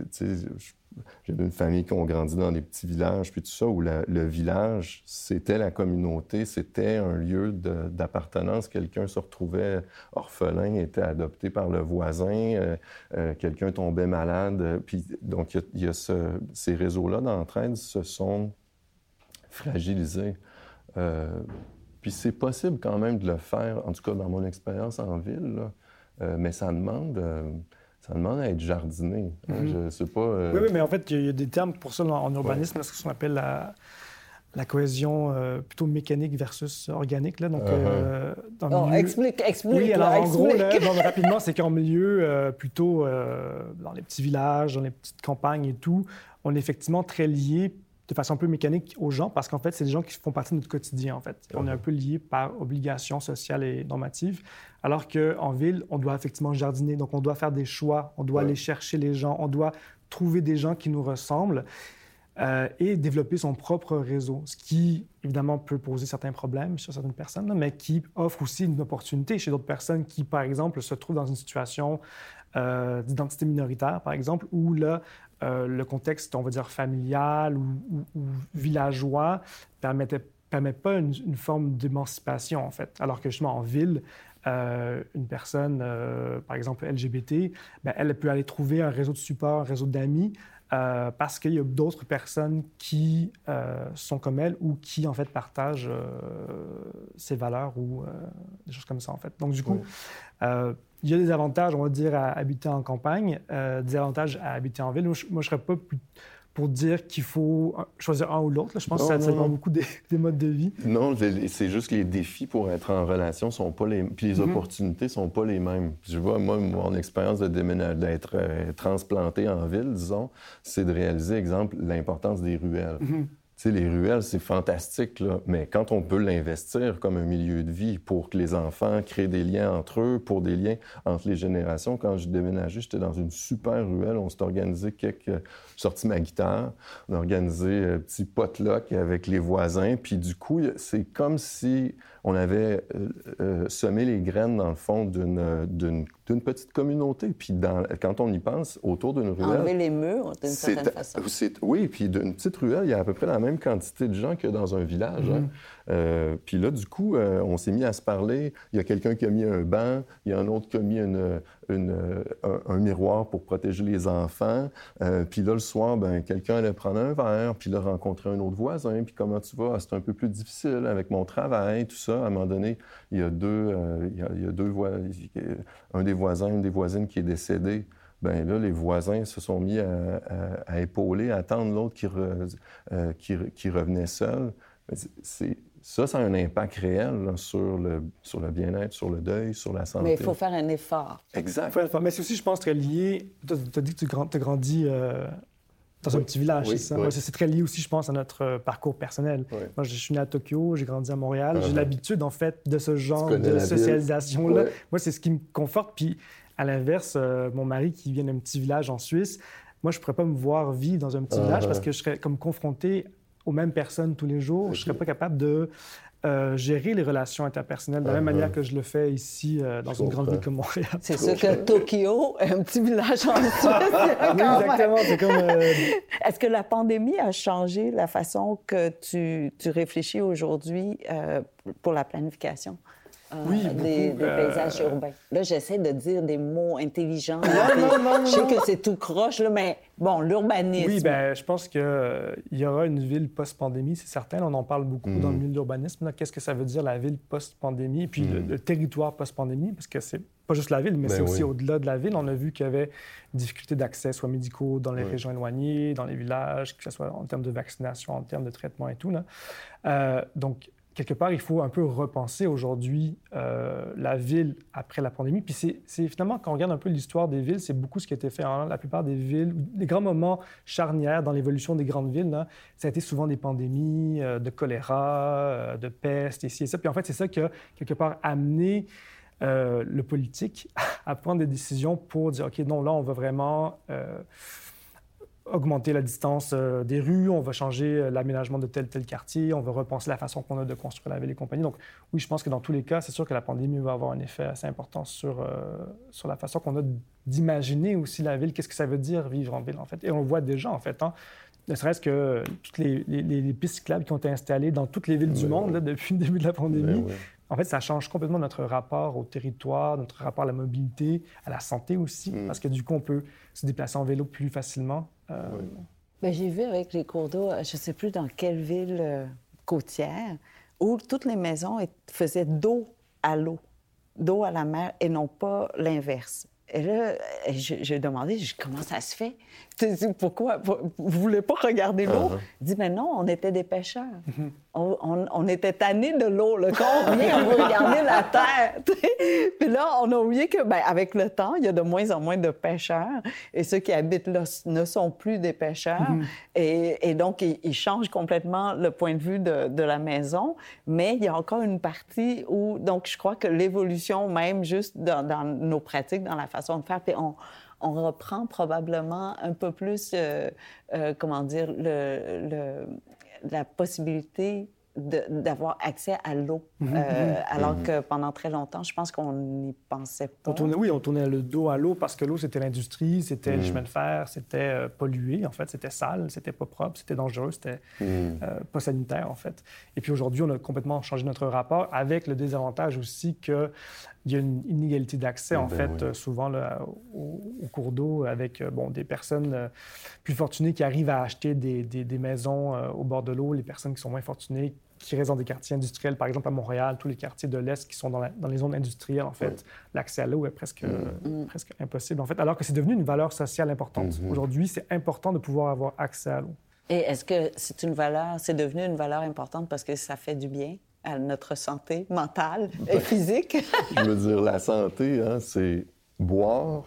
j'ai une famille qui ont grandi dans des petits villages, puis tout ça, où la, le village, c'était la communauté, c'était un lieu de, d'appartenance. Quelqu'un se retrouvait orphelin, était adopté par le voisin, euh, euh, quelqu'un tombait malade. Puis, donc, il y a, il y a ce, ces réseaux-là d'entraide se sont fragilisés. Euh, Puis c'est possible quand même de le faire, en tout cas dans mon expérience en ville, là, Euh, mais ça demande... Euh, Ça demande à être jardiné. Mm-hmm. Je sais pas... Euh... Oui, oui, mais en fait, il y, y a des termes pour ça en urbanisme, ouais. C'est ce qu'on appelle la, la cohésion euh, plutôt mécanique versus organique. Là. Donc, uh-huh. euh, dans oh, milieu... Explique, explique. Oui, alors là, en explique. gros, là, donc, rapidement, c'est qu'en milieu, euh, plutôt euh, dans les petits villages, dans les petites campagnes et tout, on est effectivement très liés de façon un peu mécanique aux gens, parce qu'en fait, c'est des gens qui font partie de notre quotidien, en fait. Uh-huh. On est un peu liés par obligation sociale et normative, alors qu'en ville, on doit effectivement jardiner, donc on doit faire des choix, on doit ouais. aller chercher les gens, on doit trouver des gens qui nous ressemblent euh, et développer son propre réseau, ce qui, évidemment, peut poser certains problèmes sur certaines personnes, mais qui offre aussi une opportunité chez d'autres personnes qui, par exemple, se trouvent dans une situation euh, d'identité minoritaire, par exemple, où là, Euh, le contexte, on va dire, familial ou, ou, ou villageois ne permet pas une, une forme d'émancipation, en fait. Alors que, justement, en ville, euh, une personne, euh, par exemple, L G B T, bien, elle peut aller trouver un réseau de support, un réseau d'amis, euh, parce qu'il y a d'autres personnes qui euh, sont comme elle ou qui, en fait, partagent euh, ses valeurs ou euh, des choses comme ça, en fait. Donc, du coup... Oui. Euh, il y a des avantages, on va dire, à habiter en campagne, euh, des avantages à habiter en ville. Moi, je ne serais pas plus pour dire qu'il faut choisir un ou l'autre. Là. Je pense non, que ça dépend beaucoup des, des modes de vie. Non, c'est juste que les défis pour être en relation sont pas les... Puis les mm-hmm. opportunités ne sont pas les mêmes. Je vois, moi, mon expérience de déménager, d'être euh, transplanté en ville, disons, c'est de réaliser, exemple, l'importance des ruelles. Mm-hmm. Tu sais, les ruelles, c'est fantastique, là, mais quand on peut l'investir comme un milieu de vie pour que les enfants créent des liens entre eux, pour des liens entre les générations. Quand j'ai déménagé, j'étais dans une super ruelle. On s'est organisé quelques... sorti ma guitare, on a organisé un petit potluck avec les voisins, puis du coup, c'est comme si on avait euh, euh, semé les graines, dans le fond, d'une, d'une, d'une petite communauté. Puis dans, quand on y pense, autour d'une ruelle... Enlever les murs, d'une certaine façon. C'est, oui, puis d'une petite ruelle, il y a à peu près la même quantité de gens que dans un village. Mm-hmm. Hein. Euh, puis là, du coup, euh, on s'est mis à se parler. Il y a quelqu'un qui a mis un banc, il y a un autre qui a mis une, une, un, un miroir pour protéger les enfants. Euh, puis là, le soir, ben, quelqu'un allait prendre un verre, puis là, rencontrer un autre voisin. Puis comment tu vas? Ah, c'est un peu plus difficile avec mon travail, tout ça. À un moment donné, il y a deux, euh, il y a, il y a deux vo... un des voisins, une des voisines qui est décédée. Bien là, les voisins se sont mis à, à, à épauler, à attendre l'autre qui, re, euh, qui, qui revenait seul. C'est... Ça, ça a un impact réel là, sur, le, sur le bien-être, sur le deuil, sur la santé. Mais il faut faire un effort. Exact. Mais c'est aussi, je pense, très lié... Tu as dit que tu as grandi euh, dans oui. un petit village, oui, c'est ça? Oui. Ouais, c'est très lié aussi, je pense, à notre euh, parcours personnel. Oui. Moi, je suis né à Tokyo, j'ai grandi à Montréal. Uh-huh. J'ai l'habitude, en fait, de ce genre de socialisation-là. Oui. Moi, c'est ce qui me conforte. Puis, à l'inverse, euh, mon mari, qui vient d'un petit village en Suisse, moi, je ne pourrais pas me voir vivre dans un petit uh-huh. village parce que je serais comme confronté aux mêmes personnes tous les jours. Okay. Je ne serais pas capable de euh, gérer les relations interpersonnelles de la uh-huh. même manière que je le fais ici euh, dans je une comprends. grande ville comme Montréal. C'est sûr que Tokyo, un petit village en Suisse. Oui, exactement. C'est comme, euh... Est-ce que la pandémie a changé la façon que tu, tu réfléchis aujourd'hui euh, pour la planification? Euh, oui, des, beaucoup, des paysages euh... urbains. Là, j'essaie de dire des mots intelligents. Non, non, non, je sais que c'est tout croche, là, mais bon, l'urbanisme... Oui, bien, je pense qu'il euh, y aura une ville post-pandémie, c'est certain. On en parle beaucoup mmh. dans le milieu de l'urbanisme. Là. Qu'est-ce que ça veut dire, la ville post-pandémie? Puis mmh. le, le territoire post-pandémie, parce que c'est pas juste la ville, mais ben c'est oui. aussi au-delà de la ville. On a vu qu'il y avait des difficultés d'accès, soit médicaux, dans les oui. régions éloignées, dans les villages, que ce soit en termes de vaccination, en termes de traitement et tout. Là. Euh, donc, quelque part, il faut un peu repenser aujourd'hui euh, la ville après la pandémie. Puis c'est, c'est finalement, quand on regarde un peu l'histoire des villes, c'est beaucoup ce qui a été fait. Hein. La plupart des villes, les grands moments charnières dans l'évolution des grandes villes, là, ça a été souvent des pandémies, euh, de choléra, euh, de peste, ici et ça. Puis en fait, c'est ça qui a quelque part amené euh, le politique à prendre des décisions pour dire, OK, non, là, on va vraiment... Euh, augmenter la distance euh, des rues, on va changer euh, l'aménagement de tel tel quartier, on va repenser la façon qu'on a de construire la ville et compagnie. Donc oui, je pense que dans tous les cas, c'est sûr que la pandémie va avoir un effet assez important sur, euh, sur la façon qu'on a d'imaginer aussi la ville. Qu'est-ce que ça veut dire vivre en ville, en fait? Et on le voit déjà, en fait, hein? Ne serait-ce que toutes les, les, les pistes cyclables qui ont été installées dans toutes les villes oui, du monde oui. là, depuis le début de la pandémie. Oui, oui. En fait, ça change complètement notre rapport au territoire, notre rapport à la mobilité, à la santé aussi, mm. parce que du coup, on peut se déplacer en vélo plus facilement. Euh... Oui. Bien, j'ai vu avec les cours d'eau, je ne sais plus dans quelle ville euh, côtière, où toutes les maisons faisaient d'eau à l'eau. dos à la mer et non pas l'inverse. Et là, j'ai demandé, comment ça se fait? Pourquoi? Vous ne voulez pas regarder l'eau? Uh-huh. Il dit, mais non, on était des pêcheurs. Uh-huh. on, on, on était tannés de l'eau. Quand on vient, on veut regarder la terre. Puis là, on a oublié que, ben, avec le temps, il y a de moins en moins de pêcheurs. Et ceux qui habitent là ne sont plus des pêcheurs. Uh-huh. et, et donc, ils, ils changent complètement le point de vue de, de la maison. Mais il y a encore une partie où, donc, je crois que l'évolution, même juste dans, dans nos pratiques, dans la façon de faire, puis on... on reprend probablement un peu plus, euh, euh, comment dire, le, le, la possibilité de, d'avoir accès à l'eau. Mm-hmm. euh, alors mm-hmm. que pendant très longtemps, je pense qu'on n'y pensait pas. On tournait, oui, on tournait le dos à l'eau parce que l'eau, c'était l'industrie, c'était mm. le chemin de fer, c'était euh, pollué, en fait, c'était sale, c'était pas propre, c'était dangereux, c'était mm. euh, pas sanitaire, en fait. Et puis aujourd'hui, on a complètement changé notre rapport avec le désavantage aussi que il y a une inégalité d'accès, en ben fait, oui. souvent là, au, au cours d'eau, avec bon, des personnes euh, plus fortunées qui arrivent à acheter des, des, des maisons euh, au bord de l'eau, les personnes qui sont moins fortunées, qui restent dans des quartiers industriels, par exemple à Montréal, tous les quartiers de l'Est qui sont dans, la, dans les zones industrielles, en fait, oui. l'accès à l'eau est presque, mm. presque impossible, en fait, alors que c'est devenu une valeur sociale importante. Mm-hmm. Aujourd'hui, c'est important de pouvoir avoir accès à l'eau. Et est-ce que c'est une valeur, c'est devenu une valeur importante parce que ça fait du bien à notre santé mentale et physique? Je veux dire, la santé, hein, c'est boire,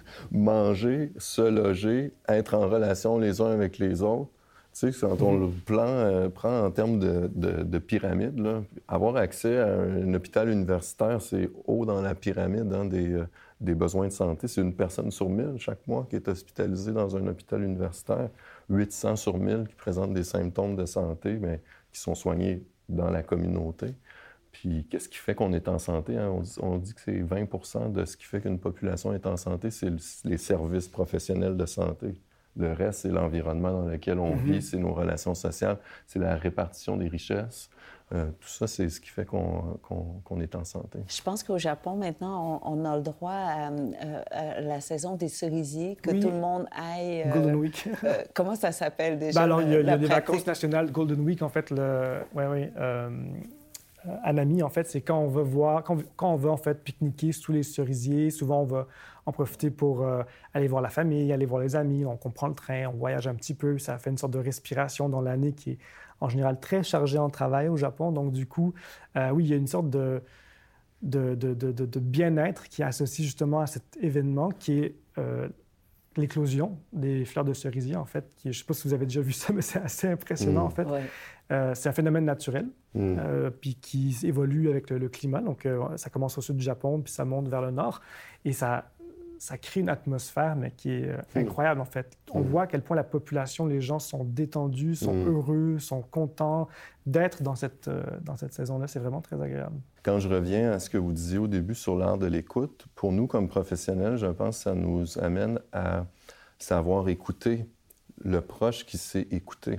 manger, se loger, être en relation les uns avec les autres. Tu sais, quand on le plan, euh, prend en termes de, de, de pyramide, là, avoir accès à un hôpital universitaire, c'est haut dans la pyramide hein, des, euh, des besoins de santé. C'est une personne sur mille chaque mois qui est hospitalisée dans un hôpital universitaire. huit cents sur mille qui présentent des symptômes de santé, mais qui sont soignés dans la communauté. Puis, qu'est-ce qui fait qu'on est en santé? Hein? On, dit, on dit que c'est vingt pour cent de ce qui fait qu'une population est en santé, c'est le, les services professionnels de santé. Le reste, c'est l'environnement dans lequel on mm-hmm. vit, c'est nos relations sociales, c'est la répartition des richesses. Euh, tout ça, c'est ce qui fait qu'on, qu'on, qu'on est en santé. Je pense qu'au Japon, maintenant, on, on a le droit à, à, à la saison des cerisiers, que oui. tout le monde aille... Euh, Golden Week. euh, comment ça s'appelle déjà? Ben alors, il y a, il y a des vacances nationales Golden Week, en fait. Le... Oui, oui. Euh... Hanami, en fait, c'est quand on veut voir, quand, quand on veut en fait pique-niquer sous les cerisiers. Souvent, on va en profiter pour euh, aller voir la famille, aller voir les amis. Donc, on prend le train, on voyage un petit peu. Ça fait une sorte de respiration dans l'année qui est en général très chargée en travail au Japon. Donc, du coup, euh, oui, il y a une sorte de, de, de, de, de bien-être qui est associé justement à cet événement qui est euh, l'éclosion des fleurs de cerisier, en fait. Qui, je ne sais pas si vous avez déjà vu ça, mais c'est assez impressionnant, mmh. en fait. Ouais. Euh, c'est un phénomène naturel, mmh. euh, puis qui évolue avec le, le climat. Donc, euh, ça commence au sud du Japon, puis ça monte vers le nord. Et ça, ça crée une atmosphère, mais qui est euh, incroyable, en fait. On mmh. voit à quel point la population, les gens sont détendus, sont mmh. heureux, sont contents d'être dans cette, euh, dans cette saison-là. C'est vraiment très agréable. Quand je reviens à ce que vous disiez au début sur l'art de l'écoute, pour nous, comme professionnels, je pense que ça nous amène à savoir écouter le proche qui sait écouter.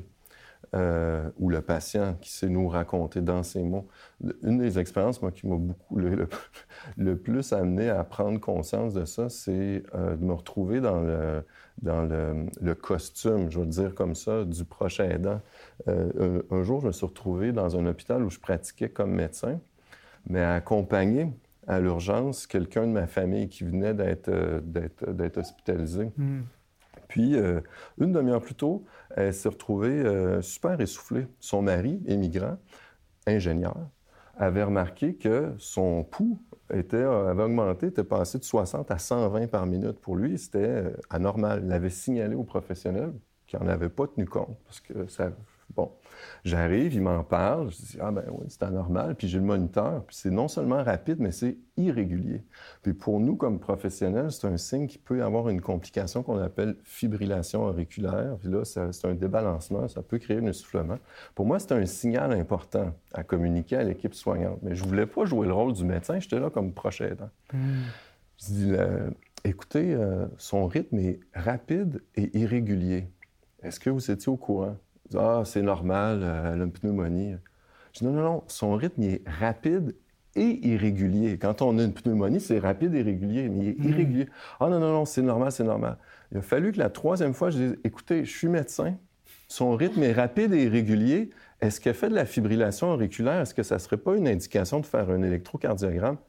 Euh, ou le patient qui sait nous raconter dans ses mots. Une des expériences, moi, qui m'a beaucoup le, le, le plus amené à prendre conscience de ça, c'est euh, de me retrouver dans le, dans le, le costume, je veux le dire comme ça, du proche aidant. Euh, un, un jour, je me suis retrouvé dans un hôpital où je pratiquais comme médecin, mais à accompagner à l'urgence quelqu'un de ma famille qui venait d'être, d'être, d'être hospitalisé. Mm. Puis, euh, une demi-heure plus tôt, elle s'est retrouvée euh, super essoufflée. Son mari, immigrant, ingénieur, avait remarqué que son pouls était, avait augmenté, était passé de soixante à cent vingt par minute. Pour lui, c'était euh, anormal. Il l'avait signalé au professionnel qui n'en avait pas tenu compte. Parce que ça... Bon, j'arrive, il m'en parle, je dis « Ah ben oui, c'est anormal », puis j'ai le moniteur, puis c'est non seulement rapide, mais c'est irrégulier. Puis pour nous, comme professionnels, c'est un signe qui peut avoir une complication qu'on appelle fibrillation auriculaire, puis là, ça, c'est un débalancement, ça peut créer un essoufflement. Pour moi, c'est un signal important à communiquer à l'équipe soignante, mais je voulais pas jouer le rôle du médecin, j'étais là comme proche aidant. Mm. Je dis euh, « Écoutez, euh, son rythme est rapide et irrégulier. Est-ce que vous étiez au courant? » Ah, c'est normal, elle a une pneumonie. Je dis non, non, non, son rythme il est rapide et irrégulier. Quand on a une pneumonie, c'est rapide et régulier, mais il est irrégulier. Ah non, non, non, c'est normal, c'est normal. Il a fallu que la troisième fois, je dise écoutez, je suis médecin, son rythme est rapide et irrégulier. Est-ce qu'elle fait de la fibrillation auriculaire? Est-ce que ça ne serait pas une indication de faire un électrocardiogramme?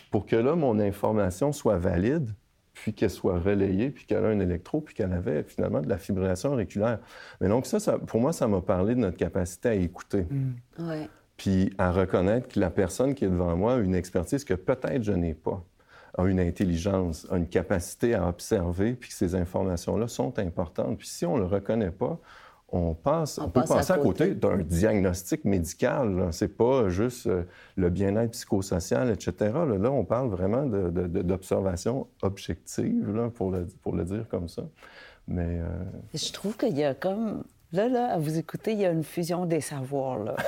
pour que là, mon information soit valide, puis qu'elle soit relayée, puis qu'elle a un électro, puis qu'elle avait finalement de la fibrillation auriculaire. Mais donc ça, ça pour moi, ça m'a parlé de notre capacité à écouter. Mm. Ouais. Puis à reconnaître que la personne qui est devant moi a une expertise que peut-être je n'ai pas, a une intelligence, a une capacité à observer, puis que ces informations-là sont importantes. Puis si on ne le reconnaît pas, on, passe, on, on peut passe passer à côté, côté d'un diagnostic médical. Là. C'est pas juste euh, le bien-être psychosocial, et cetera. Là, là on parle vraiment de, de, de, d'observation objective, là, pour, le, pour le dire comme ça. Mais... Euh... Je trouve qu'il y a comme... Là, là, à vous écouter, il y a une fusion des savoirs, là.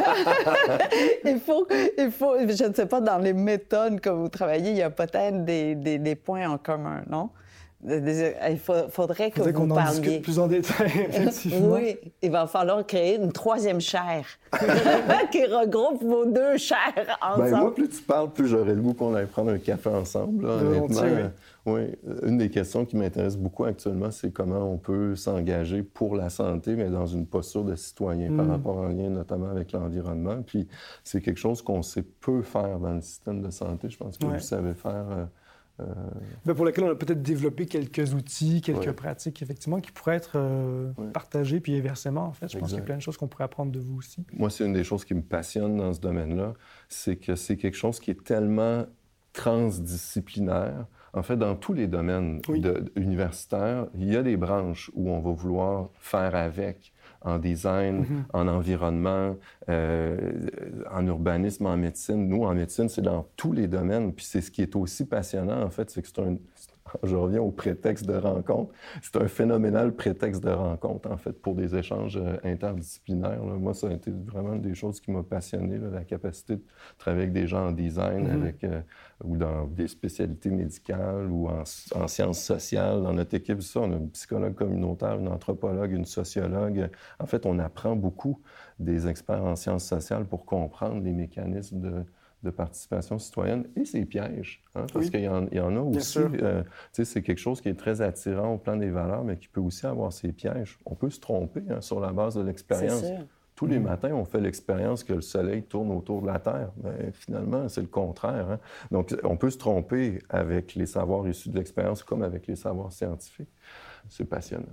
il, faut, il faut... Je ne sais pas, dans les méthodes que vous travaillez, il y a peut-être des, des, des points en commun, non? Il faudrait que faudrait vous qu'on parliez. En discute plus en détail, effectivement. Oui, il va falloir créer une troisième chaire qui regroupe vos deux chaires ensemble. Bien, moi, plus tu parles, plus j'aurais le goût qu'on aille prendre un café ensemble. Là, honnêtement, euh, oui. Une des questions qui m'intéresse beaucoup actuellement, c'est comment on peut s'engager pour la santé, mais dans une posture de citoyen mm. par rapport en lien notamment avec l'environnement. Puis c'est quelque chose qu'on sait peu faire dans le système de santé. Je pense que ouais. vous savez faire... Euh, Euh... Ben pour lequel on a peut-être développé quelques outils, quelques ouais. pratiques, effectivement, qui pourraient être euh, ouais. partagées, puis inversement, en fait. Je exact. pense qu'il y a plein de choses qu'on pourrait apprendre de vous aussi. Moi, c'est une des choses qui me passionne dans ce domaine-là, c'est que c'est quelque chose qui est tellement transdisciplinaire. En fait, dans tous les domaines oui. de, de, universitaires, il y a des branches où on va vouloir faire avec, en design, mm-hmm. en environnement, euh, en urbanisme, en médecine. Nous, en médecine, c'est dans tous les domaines. Puis c'est ce qui est aussi passionnant, en fait, c'est que c'est un... Je reviens au prétexte de rencontre. C'est un phénoménal prétexte de rencontre, en fait, pour des échanges interdisciplinaires. Là. Moi, ça a été vraiment une des choses qui m'a passionné, là, la capacité de travailler avec des gens en design, mm-hmm. avec, euh, ou dans des spécialités médicales ou en, en sciences sociales. Dans notre équipe, ça, on a un psychologue communautaire, une anthropologue, une sociologue. En fait, on apprend beaucoup des experts en sciences sociales pour comprendre les mécanismes de... de participation citoyenne et ses pièges. Hein, parce oui. qu'il y en, il y en a aussi. Euh, c'est quelque chose qui est très attirant au plan des valeurs, mais qui peut aussi avoir ses pièges. On peut se tromper hein, sur la base de l'expérience. Tous les mmh. matins, on fait l'expérience que le Soleil tourne autour de la Terre. Mais finalement, c'est le contraire. Hein? Donc, on peut se tromper avec les savoirs issus de l'expérience comme avec les savoirs scientifiques. C'est passionnant.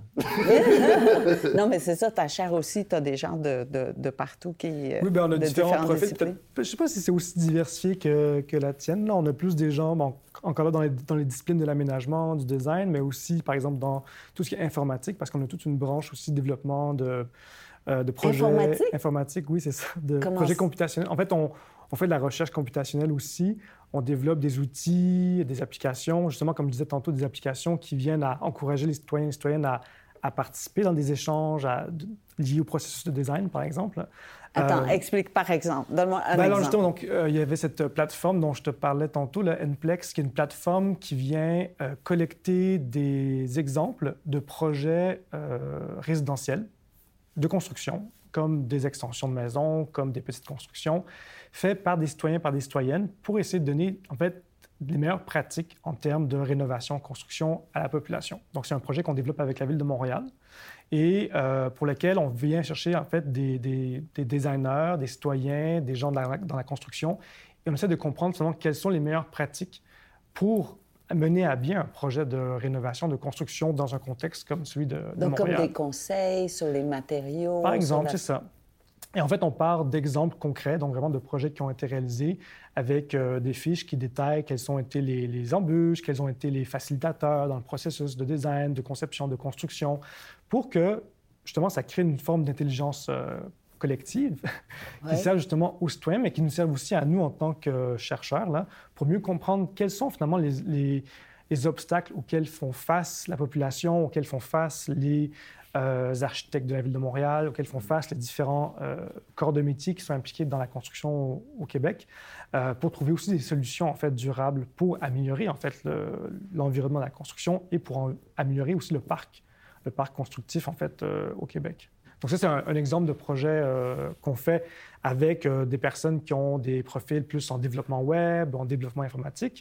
Non, mais c'est ça, ta chaire aussi, tu as des gens de, de, de partout qui... Oui, bien, on a différents profils. Je ne sais pas si c'est aussi diversifié que, que la tienne. Là, on a plus des gens, bon, encore là, dans les, dans les disciplines de l'aménagement, du design, mais aussi, par exemple, dans tout ce qui est informatique, parce qu'on a toute une branche aussi de développement de, euh, de projets... Informatique? Informatique, oui, c'est ça, de Comment projets c'est... computationnels. En fait, on, on fait de la recherche computationnelle aussi. On développe des outils, des applications, justement, comme je disais tantôt, des applications qui viennent à encourager les citoyens et les citoyennes à, à participer dans des échanges à, liés au processus de design, par exemple. Attends, euh, explique par exemple. Donne-moi un ben exemple. Alors, justement, donc, euh, il y avait cette plateforme dont je te parlais tantôt, le N P L E X, qui est une plateforme qui vient euh, collecter des exemples de projets euh, résidentiels de construction, comme des extensions de maisons, comme des petites constructions, faites par des citoyens, par des citoyennes, pour essayer de donner, en fait, les meilleures pratiques en termes de rénovation, construction à la population. Donc, c'est un projet qu'on développe avec la Ville de Montréal et euh, pour lequel on vient chercher, en fait, des, des, des designers, des citoyens, des gens dans la, dans la construction, et on essaie de comprendre, finalement, quelles sont les meilleures pratiques pour mener à bien un projet de rénovation, de construction dans un contexte comme celui de, de Donc, Montréal. comme des conseils sur les matériaux? Par exemple, la... c'est ça. Et en fait, on part d'exemples concrets, donc vraiment de projets qui ont été réalisés avec euh, des fiches qui détaillent quelles ont été les, les embûches, quels ont été les facilitateurs dans le processus de design, de conception, de construction, pour que, justement, ça crée une forme d'intelligence euh, collective ouais. qui sert justement aux citoyens, mais qui nous sert aussi à nous en tant que chercheurs, là, pour mieux comprendre quels sont finalement les, les, les obstacles auxquels font face la population, auxquels font face les euh, architectes de la Ville de Montréal, auxquels font face les différents euh, corps de métier qui sont impliqués dans la construction au, au Québec, euh, pour trouver aussi des solutions en fait durables pour améliorer en fait le, l'environnement de la construction et pour en, améliorer aussi le parc, le parc constructif en fait euh, au Québec. Donc ça, c'est un, un exemple de projet euh, qu'on fait avec euh, des personnes qui ont des profils plus en développement web, en développement informatique.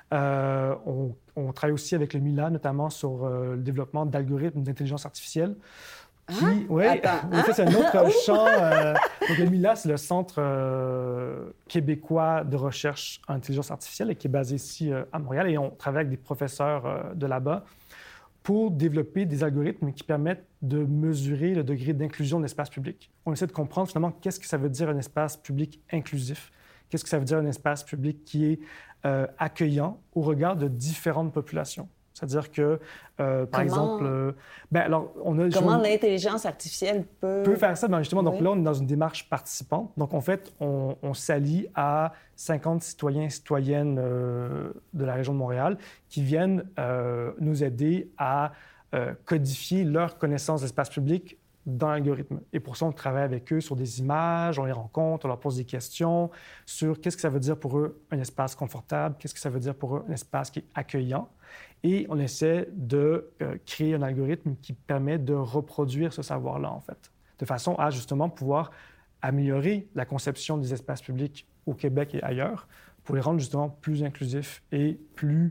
Euh, on, on travaille aussi avec le MILA, notamment sur euh, le développement d'algorithmes d'intelligence artificielle. Qui, hein? ouais, Attends, hein? Ça, c'est un autre champ. Euh, Donc, le MILA, c'est le Centre euh, québécois de recherche en intelligence artificielle et qui est basé ici euh, à Montréal. Et on travaille avec des professeurs euh, de là-bas pour développer des algorithmes qui permettent de mesurer le degré d'inclusion de l'espace public. On essaie de comprendre finalement qu'est-ce que ça veut dire un espace public inclusif, qu'est-ce que ça veut dire un espace public qui est euh, accueillant au regard de différentes populations. C'est-à-dire que, euh, par Comment... exemple... Euh, ben, alors, on a, Comment on... l'intelligence artificielle peut... peut faire ça? Ben, justement, oui. donc là, on est dans une démarche participante. Donc, en fait, on, on s'allie à cinquante citoyens et citoyennes euh, de la région de Montréal qui viennent euh, nous aider à euh, codifier leur connaissance de l'espace public dans l'algorithme. Et pour ça, on travaille avec eux sur des images, on les rencontre, on leur pose des questions sur qu'est-ce que ça veut dire pour eux un espace confortable, qu'est-ce que ça veut dire pour eux un espace qui est accueillant. Et on essaie de euh, créer un algorithme qui permet de reproduire ce savoir-là, en fait, de façon à justement pouvoir améliorer la conception des espaces publics au Québec et ailleurs pour les rendre justement plus inclusifs et plus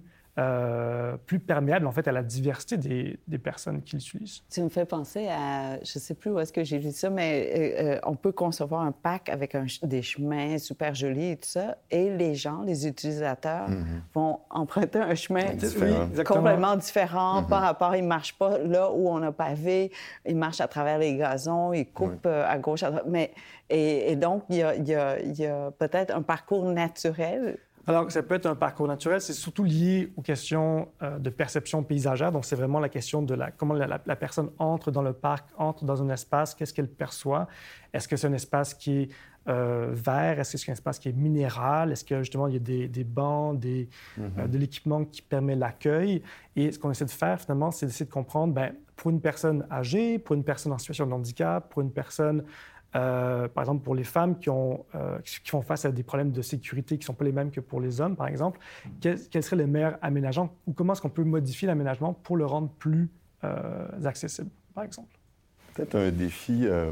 Euh, plus perméable, en fait, à la diversité des, des personnes qui l'utilisent. Tu me fais penser à... Je ne sais plus où est-ce que j'ai lu ça, mais euh, on peut concevoir un parc avec un, des chemins super jolis et tout ça, et les gens, les utilisateurs, mm-hmm. vont emprunter un chemin différent. Oui, complètement différent mm-hmm. par rapport... Ils ne marchent pas là où on a pavé, ils marchent à travers les gazons, ils coupent oui. à gauche, à droite. Mais, et, et donc, il y a, il y a, il y a peut-être un parcours naturel. Alors, ça peut être un parcours naturel. C'est surtout lié aux questions euh, de perception paysagère. Donc, c'est vraiment la question de la, comment la, la, la personne entre dans le parc, entre dans un espace, qu'est-ce qu'elle perçoit. Est-ce que c'est un espace qui est euh, vert? Est-ce que c'est un espace qui est minéral? Est-ce que, justement, il y a des, des bancs, des, mm-hmm. euh, de l'équipement qui permet l'accueil? Et ce qu'on essaie de faire, finalement, c'est d'essayer de comprendre, bien, pour une personne âgée, pour une personne en situation de handicap, pour une personne... Euh, par exemple, pour les femmes qui, ont, euh, qui font face à des problèmes de sécurité qui ne sont pas les mêmes que pour les hommes, par exemple, quel, quel serait le meilleur aménagement ou comment est-ce qu'on peut modifier l'aménagement pour le rendre plus euh, accessible, par exemple? Peut-être un défi, euh,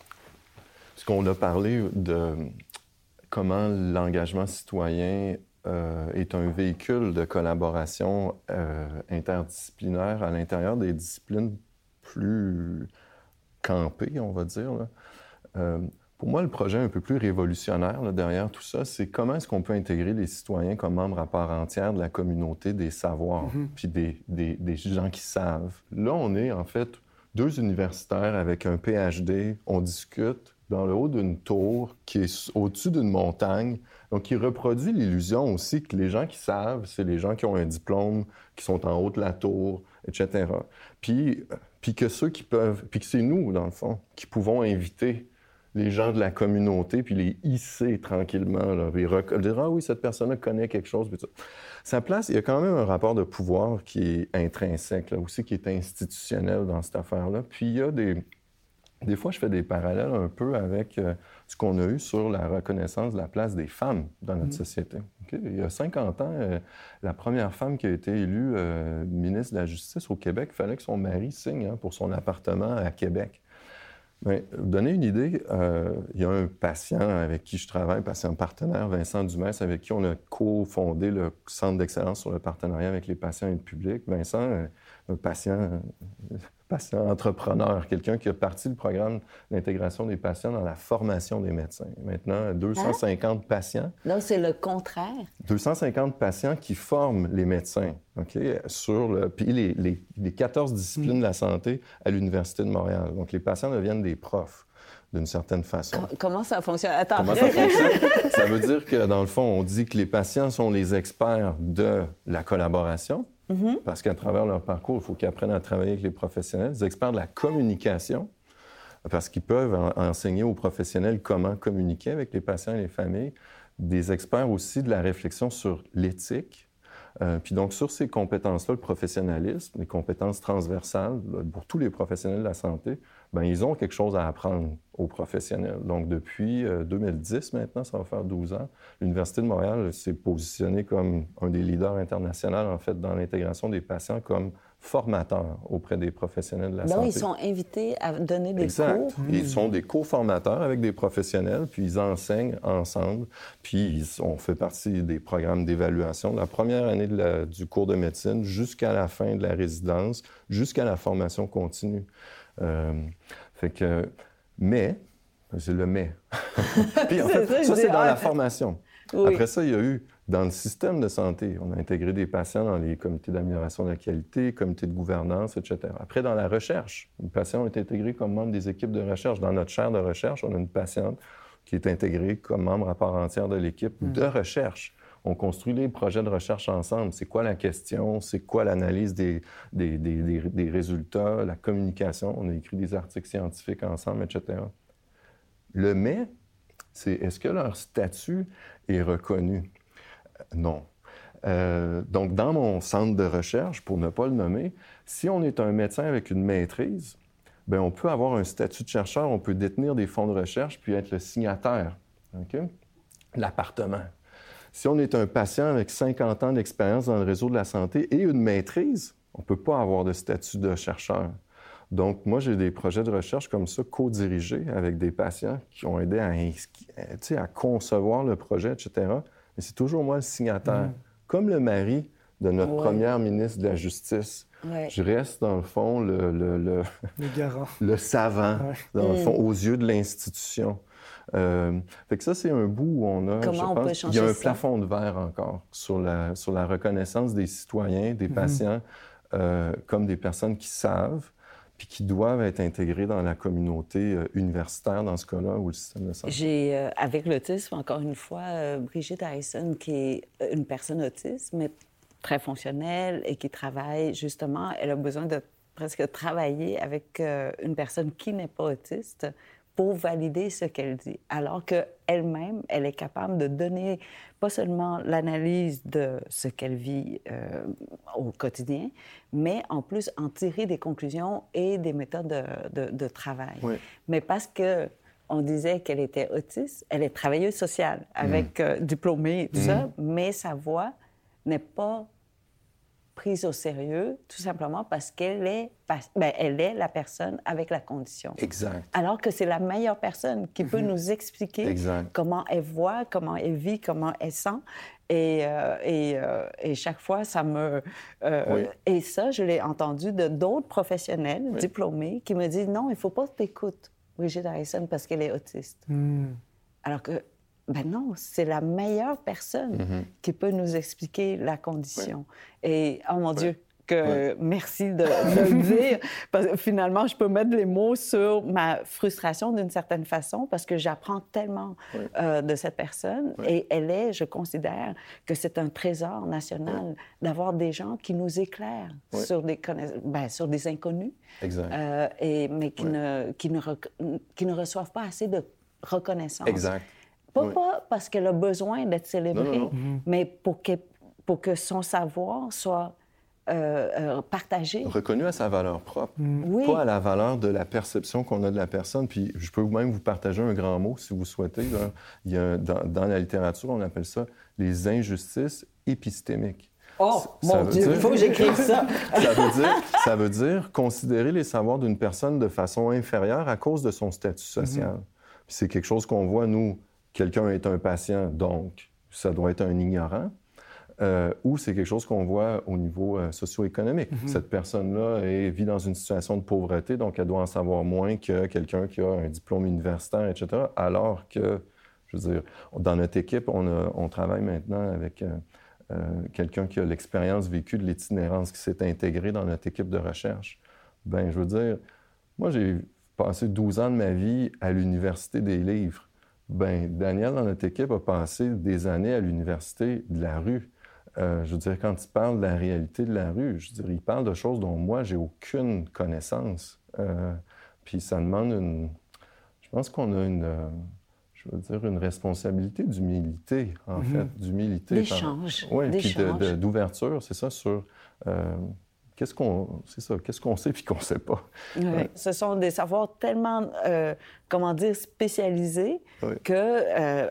parce qu'on a parlé de comment l'engagement citoyen euh, est un véhicule de collaboration euh, interdisciplinaire à l'intérieur des disciplines plus campées, on va dire, là. Euh, pour moi, le projet un peu plus révolutionnaire là, derrière tout ça, c'est comment est-ce qu'on peut intégrer les citoyens comme membres à part entière de la communauté des savoirs, mm-hmm. puis des, des, des gens qui savent. Là, on est en fait deux universitaires avec un P H D, on discute dans le haut d'une tour qui est au-dessus d'une montagne, donc qui reproduit l'illusion aussi que les gens qui savent, c'est les gens qui ont un diplôme, qui sont en haut de la tour, et cetera. Puis, puis que ceux qui peuvent, puis que c'est nous, dans le fond, qui pouvons inviter les gens de la communauté, puis les hisser tranquillement, là, puis rec- dire « Ah oui, cette personne-là connaît quelque chose. » Puis ça. Ça place, il y a quand même un rapport de pouvoir qui est intrinsèque, là, aussi, qui est institutionnel dans cette affaire-là. Puis il y a des... Des fois, je fais des parallèles un peu avec euh, ce qu'on a eu sur la reconnaissance de la place des femmes dans notre mmh. société. Okay? Il y a cinquante ans, euh, la première femme qui a été élue euh, ministre de la Justice au Québec, il fallait que son mari signe hein, pour son appartement à Québec. Mais, pour vous donner une idée, euh, il y a un patient avec qui je travaille, patient partenaire, Vincent Dumais, avec qui on a cofondé le Centre d'excellence sur le partenariat avec les patients et le public. Vincent, euh, un patient... Euh, patient entrepreneur, quelqu'un qui a parti le programme d'intégration des patients dans la formation des médecins. Maintenant, deux cent cinquante hein? patients. Donc, c'est le contraire. deux cent cinquante patients qui forment les médecins, OK, sur le... Puis les, les, les quatorze disciplines mmh. de la santé à l'Université de Montréal. Donc, les patients deviennent des profs, d'une certaine façon. Com- comment ça fonctionne? Attends. Comment ça fonctionne? Ça veut dire que, dans le fond, on dit que les patients sont les experts de la collaboration, Mm-hmm. parce qu'à travers leur parcours, il faut qu'ils apprennent à travailler avec les professionnels, des experts de la communication, parce qu'ils peuvent en- enseigner aux professionnels comment communiquer avec les patients et les familles, des experts aussi de la réflexion sur l'éthique. Euh, puis donc, sur ces compétences-là, le professionnalisme, les compétences transversales, là, pour tous les professionnels de la santé, bien, ils ont quelque chose à apprendre aux professionnels. Donc, depuis euh, deux mille dix, maintenant, ça va faire douze ans, l'Université de Montréal s'est positionnée comme un des leaders internationaux, en fait, dans l'intégration des patients comme formateurs auprès des professionnels de la Donc, santé. ils sont invités à donner des exact. cours. Mmh. Ils sont des co-formateurs avec des professionnels, puis ils enseignent ensemble, puis ils, on fait partie des programmes d'évaluation de la première année de la, du cours de médecine jusqu'à la fin de la résidence, jusqu'à la formation continue. Euh, fait que, mais, C'est le mais. Puis en fait, ça, ça, c'est dis, dans ah, la formation. Oui. Après ça, il y a eu, dans le système de santé, on a intégré des patients dans les comités d'amélioration de la qualité, comités de gouvernance, et cetera. Après, dans la recherche, les patients ont été intégrés comme membres des équipes de recherche. Dans notre chaire de recherche, on a une patiente qui est intégrée comme membre à part entière de l'équipe mmh. de recherche. On construit les projets de recherche ensemble. C'est quoi la question? C'est quoi l'analyse des, des, des, des, des résultats, la communication? On a écrit des articles scientifiques ensemble, et cetera. Le mais, c'est est-ce que leur statut est reconnu? Non. Euh, donc, dans mon centre de recherche, pour ne pas le nommer, si on est un médecin avec une maîtrise, bien, on peut avoir un statut de chercheur, on peut détenir des fonds de recherche puis être le signataire, OK? L'appartement. Si on est un patient avec cinquante ans d'expérience dans le réseau de la santé et une maîtrise, on ne peut pas avoir de statut de chercheur. Donc, moi, j'ai des projets de recherche comme ça, co-dirigés avec des patients qui ont aidé à, à concevoir le projet, et cetera. Mais c'est toujours moi le signataire. Mmh. Comme le mari de notre ouais. première ministre de la Justice. Ouais. Je reste, dans le fond, le... Le, le, le garant. Le savant, ouais. dans le fond, mmh. aux yeux de l'institution. Euh, fait que ça, c'est un bout où on a, Comment je on pense, peut changer il y a un ça? plafond de verre encore sur la, sur la reconnaissance des citoyens, des mmh. patients, euh, comme des personnes qui savent, puis qui doivent être intégrés dans la communauté euh, universitaire, dans ce cas-là, ou le système de santé. J'ai, euh, avec l'autisme, encore une fois, euh, Brigitte Harrison, qui est une personne autiste, mais très fonctionnelle et qui travaille, justement, elle a besoin de presque travailler avec euh, une personne qui n'est pas autiste pour valider ce qu'elle dit, alors qu'elle-même, elle est capable de donner pas seulement l'analyse de ce qu'elle vit euh, au quotidien, mais en plus en tirer des conclusions et des méthodes de, de, de travail. Oui. Mais parce que on disait qu'elle était autiste, elle est travailleuse sociale, avec mmh. euh, diplômée et tout mmh. ça, mais sa voix n'est pas prise au sérieux, tout simplement parce qu'elle est, ben, elle est la personne avec la condition. Exact. Alors que c'est la meilleure personne qui peut mm-hmm. nous expliquer exact. Comment elle voit, comment elle vit, comment elle sent. Et, euh, et, euh, et chaque fois, ça me... Euh, oui. Et ça, je l'ai entendu de d'autres professionnels oui. diplômés qui me disent « Non, il ne faut pas que tu écoutes Brigitte Harrison parce qu'elle est autiste. Mm. » Alors que ben non, c'est la meilleure personne mm-hmm. qui peut nous expliquer la condition. Oui. Et, oh mon oui. Dieu, que oui. merci de, de le dire, parce que finalement, je peux mettre les mots sur ma frustration d'une certaine façon, parce que j'apprends tellement oui. euh, de cette personne. Oui. Et elle est, je considère que c'est un trésor national oui. d'avoir des gens qui nous éclairent oui. sur, des conna... ben, sur des inconnus, exact. Euh, et, mais qui, oui. ne, qui, ne rec... qui ne reçoivent pas assez de reconnaissance. Exact. Pas, oui. pas parce qu'elle a besoin d'être célébrée, non, non, non. mais pour que, pour que son savoir soit euh, euh, partagé. Reconnu à sa valeur propre, mm. oui. pas à la valeur de la perception qu'on a de la personne. Puis je peux même vous partager un grand mot, si vous souhaitez. Là. Il y a, dans, dans la littérature, on appelle ça les injustices épistémiques. Oh, ça mon Dieu, il faut que j'écrive ça! ça, veut dire, ça veut dire considérer les savoirs d'une personne de façon inférieure à cause de son statut social. Mm-hmm. Puis c'est quelque chose qu'on voit, nous, quelqu'un est un patient, donc ça doit être un ignorant, euh, ou c'est quelque chose qu'on voit au niveau euh, socio-économique. Mm-hmm. Cette personne-là est, vit dans une situation de pauvreté, donc elle doit en savoir moins que quelqu'un qui a un diplôme universitaire, et cetera. Alors que, je veux dire, dans notre équipe, on, a, on travaille maintenant avec euh, euh, quelqu'un qui a l'expérience vécue de l'itinérance, qui s'est intégré dans notre équipe de recherche. Bien, je veux dire, moi, j'ai passé douze ans de ma vie à l'Université des livres. Bien, Daniel, dans notre équipe, a passé des années à l'université de la rue. Euh, je veux dire, quand il parle de la réalité de la rue, je veux dire, il parle de choses dont moi, j'ai aucune connaissance. Euh, puis ça demande une... Je pense qu'on a une... Euh, je veux dire, une responsabilité d'humilité, en mm-hmm. fait, d'humilité. D'échange. Oui, puis de, de, d'ouverture, c'est ça, sur... Euh, Qu'est-ce qu'on, c'est ça, qu'est-ce qu'on sait puis qu'on ne sait pas. Oui. Ouais. Ce sont des savoirs tellement, euh, comment dire, spécialisés oui. qu'ils euh,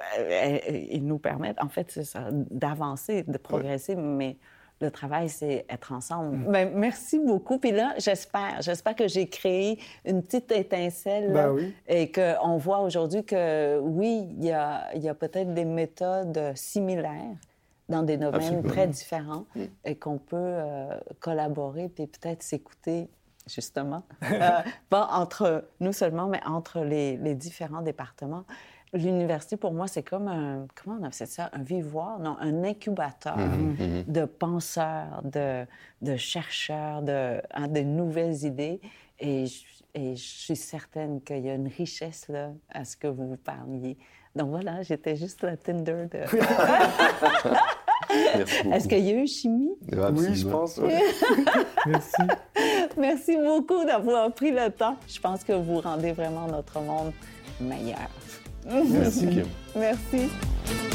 nous permettent, en fait, c'est ça, d'avancer, de progresser, oui. mais le travail, c'est être ensemble. Mm. Ben, merci beaucoup. Puis là, j'espère, j'espère que j'ai créé une petite étincelle là, ben oui. et qu'on voit aujourd'hui que, oui, il y a, il y a peut-être des méthodes similaires dans des domaines Absolument. Très différents mm. et qu'on peut euh, collaborer puis peut-être s'écouter justement. euh, pas entre nous seulement, mais entre les, les différents départements. L'université, pour moi, c'est comme un, comment on appelle ça, un vivoire, non, un incubateur Mm-hmm. de penseurs, de, de chercheurs, de, hein, de nouvelles idées. Et je, et je suis certaine qu'il y a une richesse là, à ce que vous vous parliez. Donc voilà, j'étais juste la Tinder de... Merci beaucoup. Est-ce qu'il y a eu chimie? Absolument. Oui, je pense. Ouais. Merci. Merci beaucoup d'avoir pris le temps. Je pense que vous rendez vraiment notre monde meilleur. Merci, Kim. Merci.